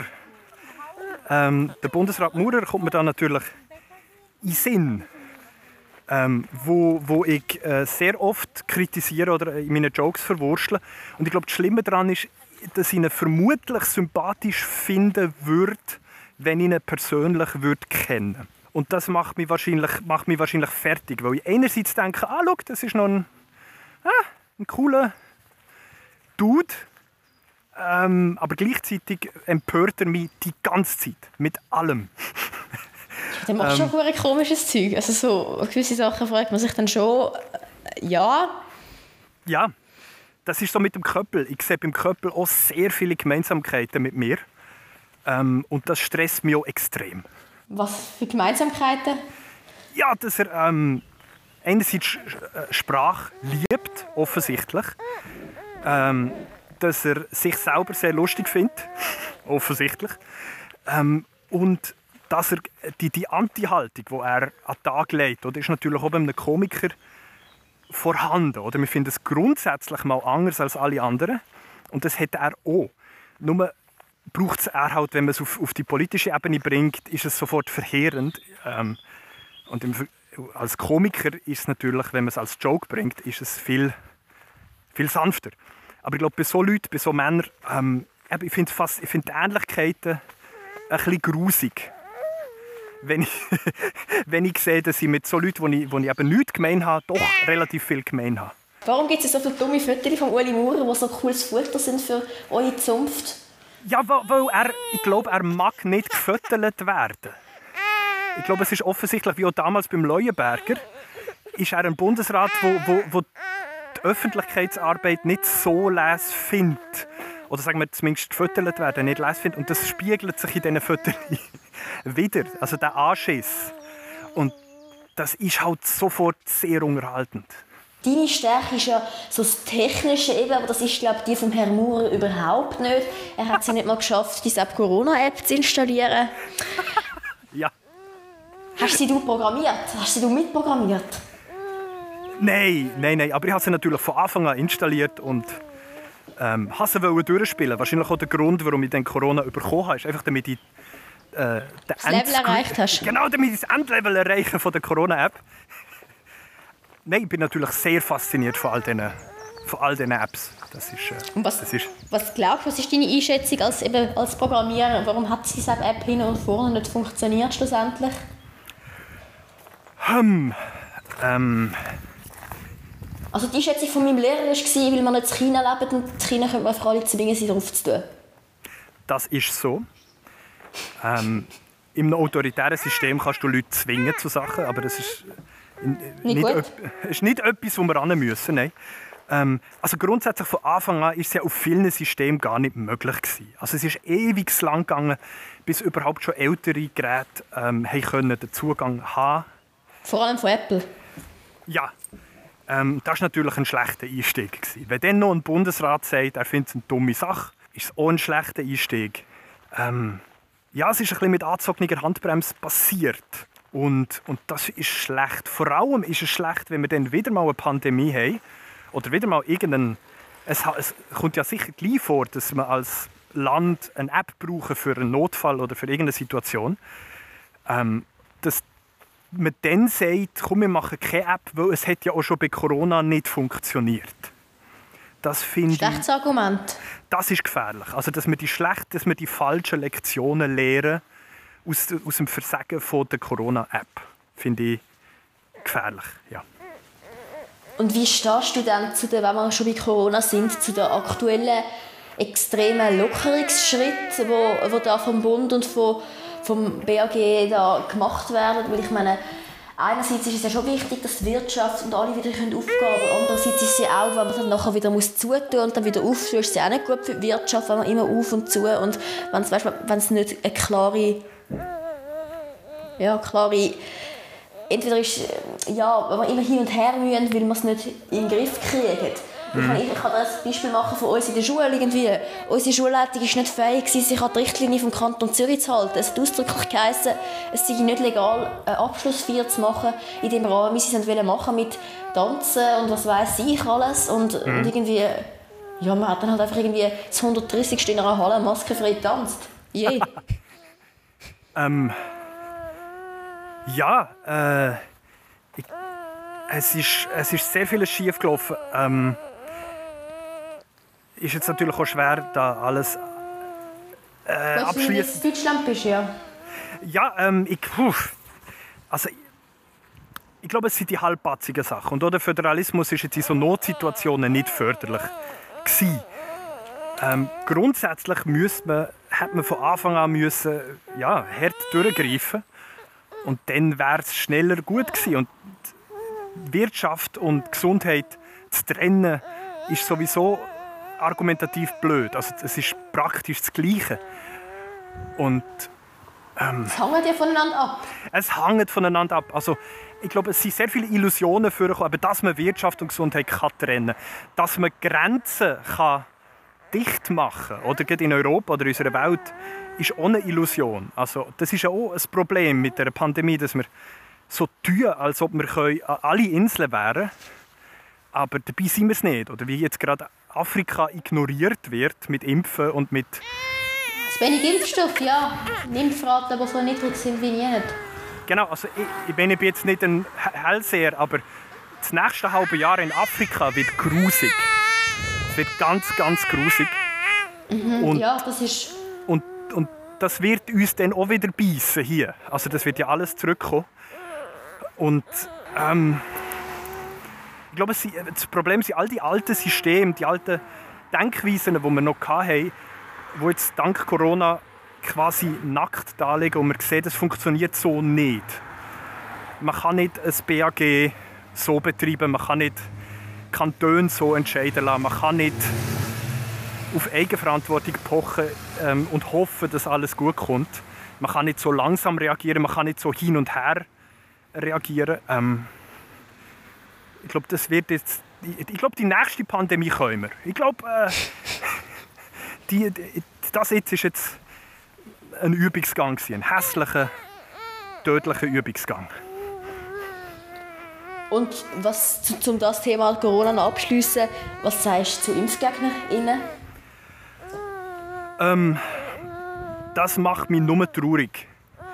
[SPEAKER 2] Ähm, der Bundesrat Maurer kommt mir da natürlich in den Sinn. Ähm, wo, wo ich äh, sehr oft kritisiere oder in meinen Jokes verwurschtle. Und ich glaube, das Schlimme daran ist, dass ich ihn vermutlich sympathisch finden würde, wenn ich ihn persönlich würde kennen. Und das macht mich wahrscheinlich, macht mich wahrscheinlich fertig, weil ich einerseits denke, ah, schau, das ist noch ein, ah, ein cooler Dude. Ähm, aber gleichzeitig empört er mich die ganze Zeit. Mit allem.
[SPEAKER 1] Der macht ähm, schon ein komisches Zeug. Also so gewisse Sachen fragt man sich dann schon, äh, ja.
[SPEAKER 2] Ja, das ist so mit dem Köppel. Ich sehe beim Köppel auch sehr viele Gemeinsamkeiten mit mir. Ähm, und das stresst mich auch extrem.
[SPEAKER 1] Was für Gemeinsamkeiten?
[SPEAKER 2] Ja, dass er ähm, einerseits Sprache liebt, offensichtlich. Ähm, dass er sich selber sehr lustig findet, offensichtlich. Ähm, und dass er die, die Anti-Haltung, die er an den Tag legt, oder, ist natürlich auch bei einem Komiker vorhanden. Oder? Wir finden es grundsätzlich mal anders als alle anderen. Und das hat er auch. Nur braucht es er halt, wenn man es auf, auf die politische Ebene bringt, ist es sofort verheerend. Ähm, und im, als Komiker ist es natürlich, wenn man es als Joke bringt, ist es viel, viel sanfter. Aber ich glaube, bei so Leuten, bei so Männern, ähm, ich finde find die Ähnlichkeiten ein bisschen grusig. Wenn ich, wenn ich sehe, dass ich mit so Leuten, die ich, die ich eben nichts gemein habe, doch relativ viel gemein habe.
[SPEAKER 1] Warum gibt es so viele dumme Fotos von Ueli Maurer, die so cooles Futter sind für eure Zunft?
[SPEAKER 2] Ja, weil er, ich glaube, er mag nicht gefüttert werden. Ich glaube, es ist offensichtlich, wie auch damals beim Leuenberger, ist er ein Bundesrat, wo, wo, wo die Öffentlichkeitsarbeit nicht so les findet. Oder sagen wir zumindest gefüttert werden, nicht les findet. Und das spiegelt sich in diesen Fotos wieder. Also der Anschiss. Und das ist halt sofort sehr unterhaltend.
[SPEAKER 1] Deine Stärke ist ja so das Technische, eben, aber das ist, glaube ich, die von Herrn Maurer überhaupt nicht. Er hat es nicht mal geschafft, diese Corona-App zu installieren.
[SPEAKER 2] Ja.
[SPEAKER 1] Hast sie du programmiert? Hast sie du mitprogrammiert?
[SPEAKER 2] Nein, nein, nein. Aber ich habe sie natürlich von Anfang an installiert und ähm, wollte sie durchspielen. Wahrscheinlich auch der Grund, warum ich dann Corona bekommen habe, ist einfach, damit ich äh,
[SPEAKER 1] das Level erreicht hast.
[SPEAKER 2] Genau, damit ich das Endlevel erreiche von der Corona-App. Nein, ich bin natürlich sehr fasziniert von all diesen, von all diesen Apps. Das ist, äh,
[SPEAKER 1] und was,
[SPEAKER 2] das ist
[SPEAKER 1] was glaubst du, was ist deine Einschätzung als, eben, als Programmierer? Warum hat diese App hin und vorne nicht funktioniert schlussendlich?
[SPEAKER 2] Hm, ähm...
[SPEAKER 1] Also die Einschätzung von meinem Lehrer war, weil wir nicht in China leben und in China könnte man einfach alle zwingen, sie drauf zu tun.
[SPEAKER 2] Das ist so. Ähm, Im autoritären System kannst du Leute zwingen zu Sachen, aber das ist nicht, nicht, öp- ist nicht etwas, wo wir ran müssen. Nein. Ähm, also grundsätzlich von Anfang an ist es ja auf vielen Systemen gar nicht möglich gewesen. Also es ist ewig lang gegangen, bis überhaupt schon ältere Geräte ähm, können den Zugang haben.
[SPEAKER 1] Vor allem von Apple.
[SPEAKER 2] Ja. Ähm, das war natürlich ein schlechter Einstieg. Wenn dann noch ein Bundesrat sagt, er findet es eine dumme Sache, ist es auch ein schlechter Einstieg. Ähm, ja, es ist ein bisschen mit angezogener Handbremse passiert. Und, und das ist schlecht. Vor allem ist es schlecht, wenn wir dann wieder mal eine Pandemie haben. Oder wieder mal irgendeinen... Es, es kommt ja sicher gleich vor, dass wir als Land eine App brauchen für einen Notfall oder für irgendeine Situation. Ähm, dass man dann sagt, komm, wir machen keine App, weil es hat ja auch schon bei Corona nicht funktioniert. Das finde ich...
[SPEAKER 1] Schlechtes Argument.
[SPEAKER 2] Das ist gefährlich. Also, dass wir die, schlecht, dass wir die falschen Lektionen lernen aus, aus dem Versagen von der Corona-App. Finde ich gefährlich, ja.
[SPEAKER 1] Und wie stehst du dann, zu der, wenn wir schon bei Corona sind, zu den aktuellen extremen Lockerungsschritten, die, die da vom Bund und vom, vom B A G da gemacht werden? Weil ich meine, einerseits ist es ja schon wichtig, dass die Wirtschaft und alle wieder aufgehen können, aber andererseits ist es ja auch, wenn man dann nachher wieder muss zutun und dann wieder auftun, ist es ja auch nicht gut für die Wirtschaft, wenn man immer auf und zu und wenn es, weißt, wenn es nicht eine klare, ja, klare, entweder ist, ja, wenn wir immer hin und her müssen, weil wir es nicht in den Griff kriegen. Mhm. Ich, ich kann dir ein Beispiel machen von uns in der Schule. Irgendwie. Unsere Schulleitung war nicht fähig, sich an die Richtlinie vom Kanton Zürich zu halten. Es hat ausdrücklich geheißen, es sei nicht legal, eine Abschlussfeier zu machen in dem Rahmen, wie sie es wollten machen, mit Tanzen und was weiss ich alles. Und, mhm. und irgendwie, ja, man hat dann halt einfach irgendwie das hundertdreißigste in einer Halle maskenfrei getanzt. Je.
[SPEAKER 2] ähm... Ja, äh... Ich, es, ist, es ist sehr vieles schief gelaufen. Ähm, ist jetzt natürlich auch schwer, da alles äh, abschließen. Weil du in
[SPEAKER 1] Deutschland bist, ja.
[SPEAKER 2] Ja, ähm, ich, puh, also, ich, ich glaube, es sind die halbpatzigen Sachen. Und auch der Föderalismus war jetzt in so Notsituationen nicht förderlich gewesen. Ähm, grundsätzlich müsste man, hätte man von Anfang an müssen, ja, hart durchgreifen. Und dann wäre es schneller gut gewesen. Und Wirtschaft und Gesundheit zu trennen, ist sowieso argumentativ blöd. Also es ist praktisch das Gleiche. Und ähm,
[SPEAKER 1] es hängt ja voneinander ab.
[SPEAKER 2] Es hängt voneinander ab. Also, ich glaube, es sind sehr viele Illusionen vorgekommen, aber dass man Wirtschaft und Gesundheit kann trennen kann, dass man Grenzen kann dicht machen kann, oder gerade in Europa oder in unserer Welt, ist auch eine Illusion. Also, das ist ja auch ein Problem mit der Pandemie, dass wir so tun, als ob wir an alle Inseln wären, aber dabei sind wir es nicht. Oder wie jetzt gerade Afrika ignoriert wird mit Impfen und mit...
[SPEAKER 1] Zu wenig Impfstoff, ja. Impfraten, die so niedrig sind wie nie.
[SPEAKER 2] Genau, also ich, ich bin jetzt nicht ein Hellseher, aber das nächste halbe Jahr in Afrika wird grusig. Es wird ganz, ganz grusig.
[SPEAKER 1] Mhm, und, ja, das ist...
[SPEAKER 2] Und, und das wird uns dann auch wieder beißen hier. Also das wird ja alles zurückkommen. Und ähm, ich glaube, es, das Problem sind all die alten Systeme, die alten Denkweisen, die wir noch hatten, die jetzt dank Corona quasi nackt darlegen und man sieht, es funktioniert so nicht. Man kann nicht ein B A G so betreiben, man kann nicht Kantone so entscheiden lassen, man kann nicht auf Eigenverantwortung pochen ähm, und hoffen, dass alles gut kommt. Man kann nicht so langsam reagieren, man kann nicht so hin und her reagieren. Ähm, ich glaube, das wird jetzt... Ich, ich glaube, die nächste Pandemie kommen wir. Ich glaube, äh, die, die, das jetzt ist jetzt ein Übungsgang, ein hässlicher, tödlicher Übungsgang.
[SPEAKER 1] Und was zu, zum das Thema Corona abschliessen, was sagst du zu ImpfgegnerInnen?
[SPEAKER 2] Ähm, das macht mich nur traurig.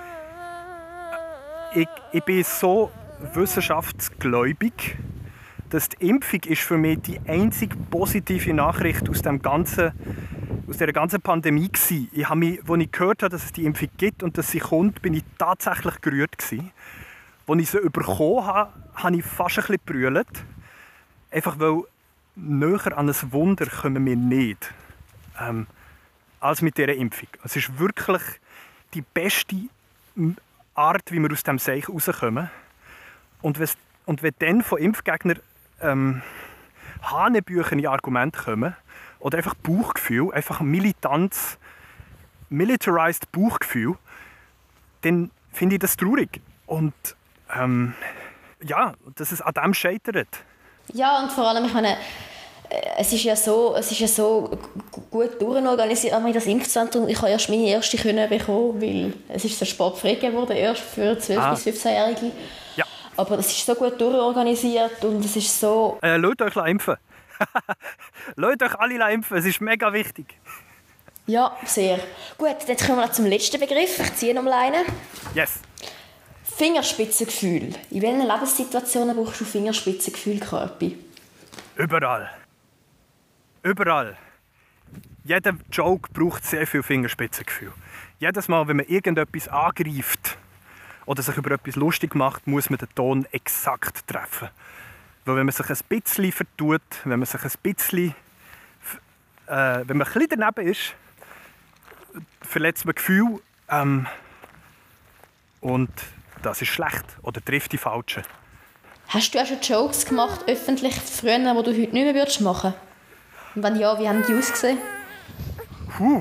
[SPEAKER 2] Ich, ich bin so wissenschaftsgläubig, dass die Impfung ist für mich die einzige positive Nachricht aus dem ganzen, aus der ganzen Pandemie war. Ich habe mich, als ich gehört habe, dass es die Impfung gibt und dass sie kommt, bin ich tatsächlich gerührt gewesen. Als ich sie bekommen habe, habe ich fast ein bisschen gebrüllt. Einfach weil näher an ein Wunder kommen wir nicht ähm, als mit dieser Impfung. Es ist wirklich die beste Art, wie wir aus diesem Seich rauskommen. Und, und wenn dann von Impfgegnern ähm, hanebüchene Argumente kommen, oder einfach Bauchgefühl, einfach ein militantes, militarized Bauchgefühl, dann finde ich das traurig. Und ähm, ja, dass es an dem scheitert.
[SPEAKER 1] Ja, und vor allem, ich meine, es ist ja so, es ist ja so gut durchorganisiert. Aber das Impfzentrum, ich habe erst meine erste können bekommen, weil es ist so spät freigegeben wurde, erst für zwölf- bis fünfzehnjährige.
[SPEAKER 2] Ja.
[SPEAKER 1] Aber es ist so gut durchorganisiert und es ist so...
[SPEAKER 2] Äh, lasst euch impfen. Lasst euch alle impfen, es ist mega wichtig.
[SPEAKER 1] Ja, sehr. Gut, jetzt kommen wir zum letzten Begriff. Ich ziehe noch mal einen.
[SPEAKER 2] Yes.
[SPEAKER 1] Fingerspitzengefühl. In welchen Lebenssituationen brauchst du Fingerspitzengefühl, Körpi?
[SPEAKER 2] Überall. Überall. Jeder Joke braucht sehr viel Fingerspitzengefühl. Jedes Mal, wenn man irgendetwas angreift oder sich über etwas lustig macht, muss man den Ton exakt treffen. Weil wenn man sich ein bisschen vertut, wenn man sich ein bisschen, äh, wenn man ein bisschen daneben ist, verletzt man Gefühl ähm, und das ist schlecht oder trifft die Falschen.
[SPEAKER 1] Hast du auch schon Jokes gemacht, öffentlich, früher, die du heute nicht mehr würdest machen? Und wenn ja, wie haben die ausgesehen?
[SPEAKER 2] Puh.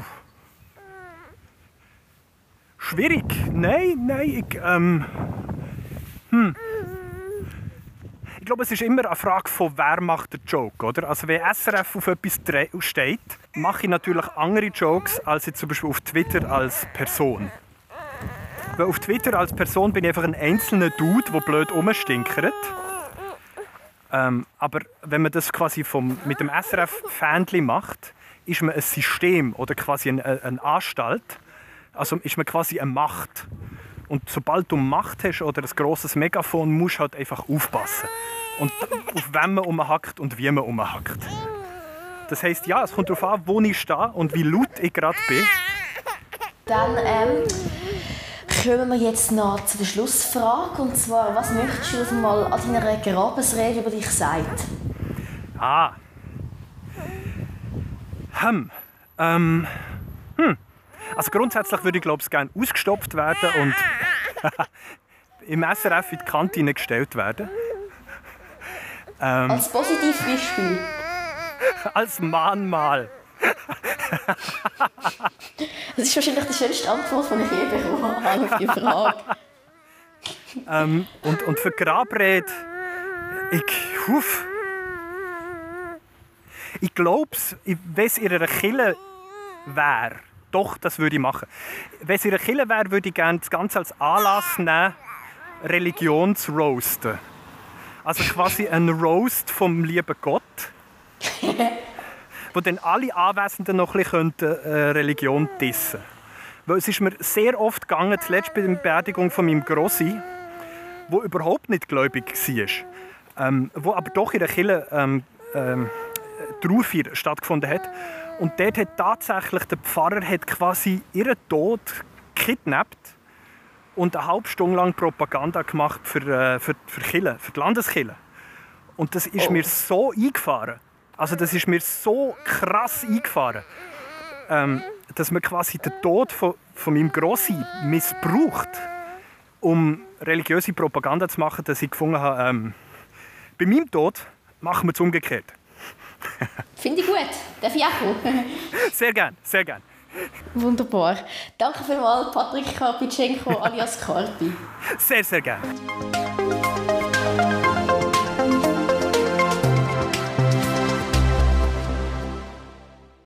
[SPEAKER 2] Schwierig. Nein, nein, ich, ähm, hm. Ich glaube, es ist immer eine Frage von, wer macht den Joke, oder? Also wenn S R F auf etwas steht, mache ich natürlich andere Jokes, als jetzt zum Beispiel auf Twitter als Person. Weil auf Twitter als Person bin ich einfach ein einzelner Dude, der blöd rumstinkert. Ähm, aber wenn man das quasi vom, mit dem S R F-Fähnchen macht, ist man ein System oder quasi eine, eine Anstalt. Also ist man quasi eine Macht. Und sobald du Macht hast oder ein grosses Megafon, musst du halt einfach aufpassen. Und auf wen man umhackt und wie man umhackt. Das heisst, ja, es kommt darauf an, wo ich stehe und wie laut ich gerade bin.
[SPEAKER 1] Dann ähm, kommen wir jetzt noch zu der Schlussfrage. Und zwar, was möchtest du, dass man mal an deiner Grabesrede über dich sagt?
[SPEAKER 2] Ah. Hm. Ähm, hm. Also grundsätzlich würde ich glaube ich gerne ausgestopft werden und im S R F in die Kantine gestellt werden.
[SPEAKER 1] Ähm, als Positivbeispiel?
[SPEAKER 2] Als Mahnmal.
[SPEAKER 1] Das ist wahrscheinlich die schönste Antwort, die ich je bekommen habe auf die Frage.
[SPEAKER 2] ähm, und, und für Grabrede, ich, huf, ich glaube, wenn es in einer Kirche wäre, doch, das würde ich machen. Wenn es in einer Kirche wäre, würde ich gerne das Ganze als Anlass nehmen, Religion zu roasten. Also quasi ein Roast vom lieben Gott, wo dann alle Anwesenden noch ein bisschen äh, Religion dissen könnten. Weil es ist mir sehr oft gegangen, zuletzt bei der Beerdigung von meinem Grossi, der überhaupt nicht gläubig war, ähm, wo aber doch in der Kirche ähm, ähm, die Trauerfeier stattgefunden hat. Und dort hat tatsächlich der Pfarrer hat quasi ihren Tod gekidnappt und eine halbe Stunde lang Propaganda gemacht für, äh, für, für, Kirche, für die Landeskirche. Und das ist oh. mir so eingefahren. Also das ist mir so krass eingefahren, ähm, dass man quasi den Tod von, von meinem Grossi missbraucht, um religiöse Propaganda zu machen, dass ich gefunden habe, ähm, bei meinem Tod machen wir es umgekehrt.
[SPEAKER 1] Finde ich gut. Darf ich auch kommen?
[SPEAKER 2] Sehr gerne, sehr gerne.
[SPEAKER 1] Wunderbar. Danke vielmals, Patrick Karpitschenko alias Karpi.
[SPEAKER 2] Sehr, sehr gerne.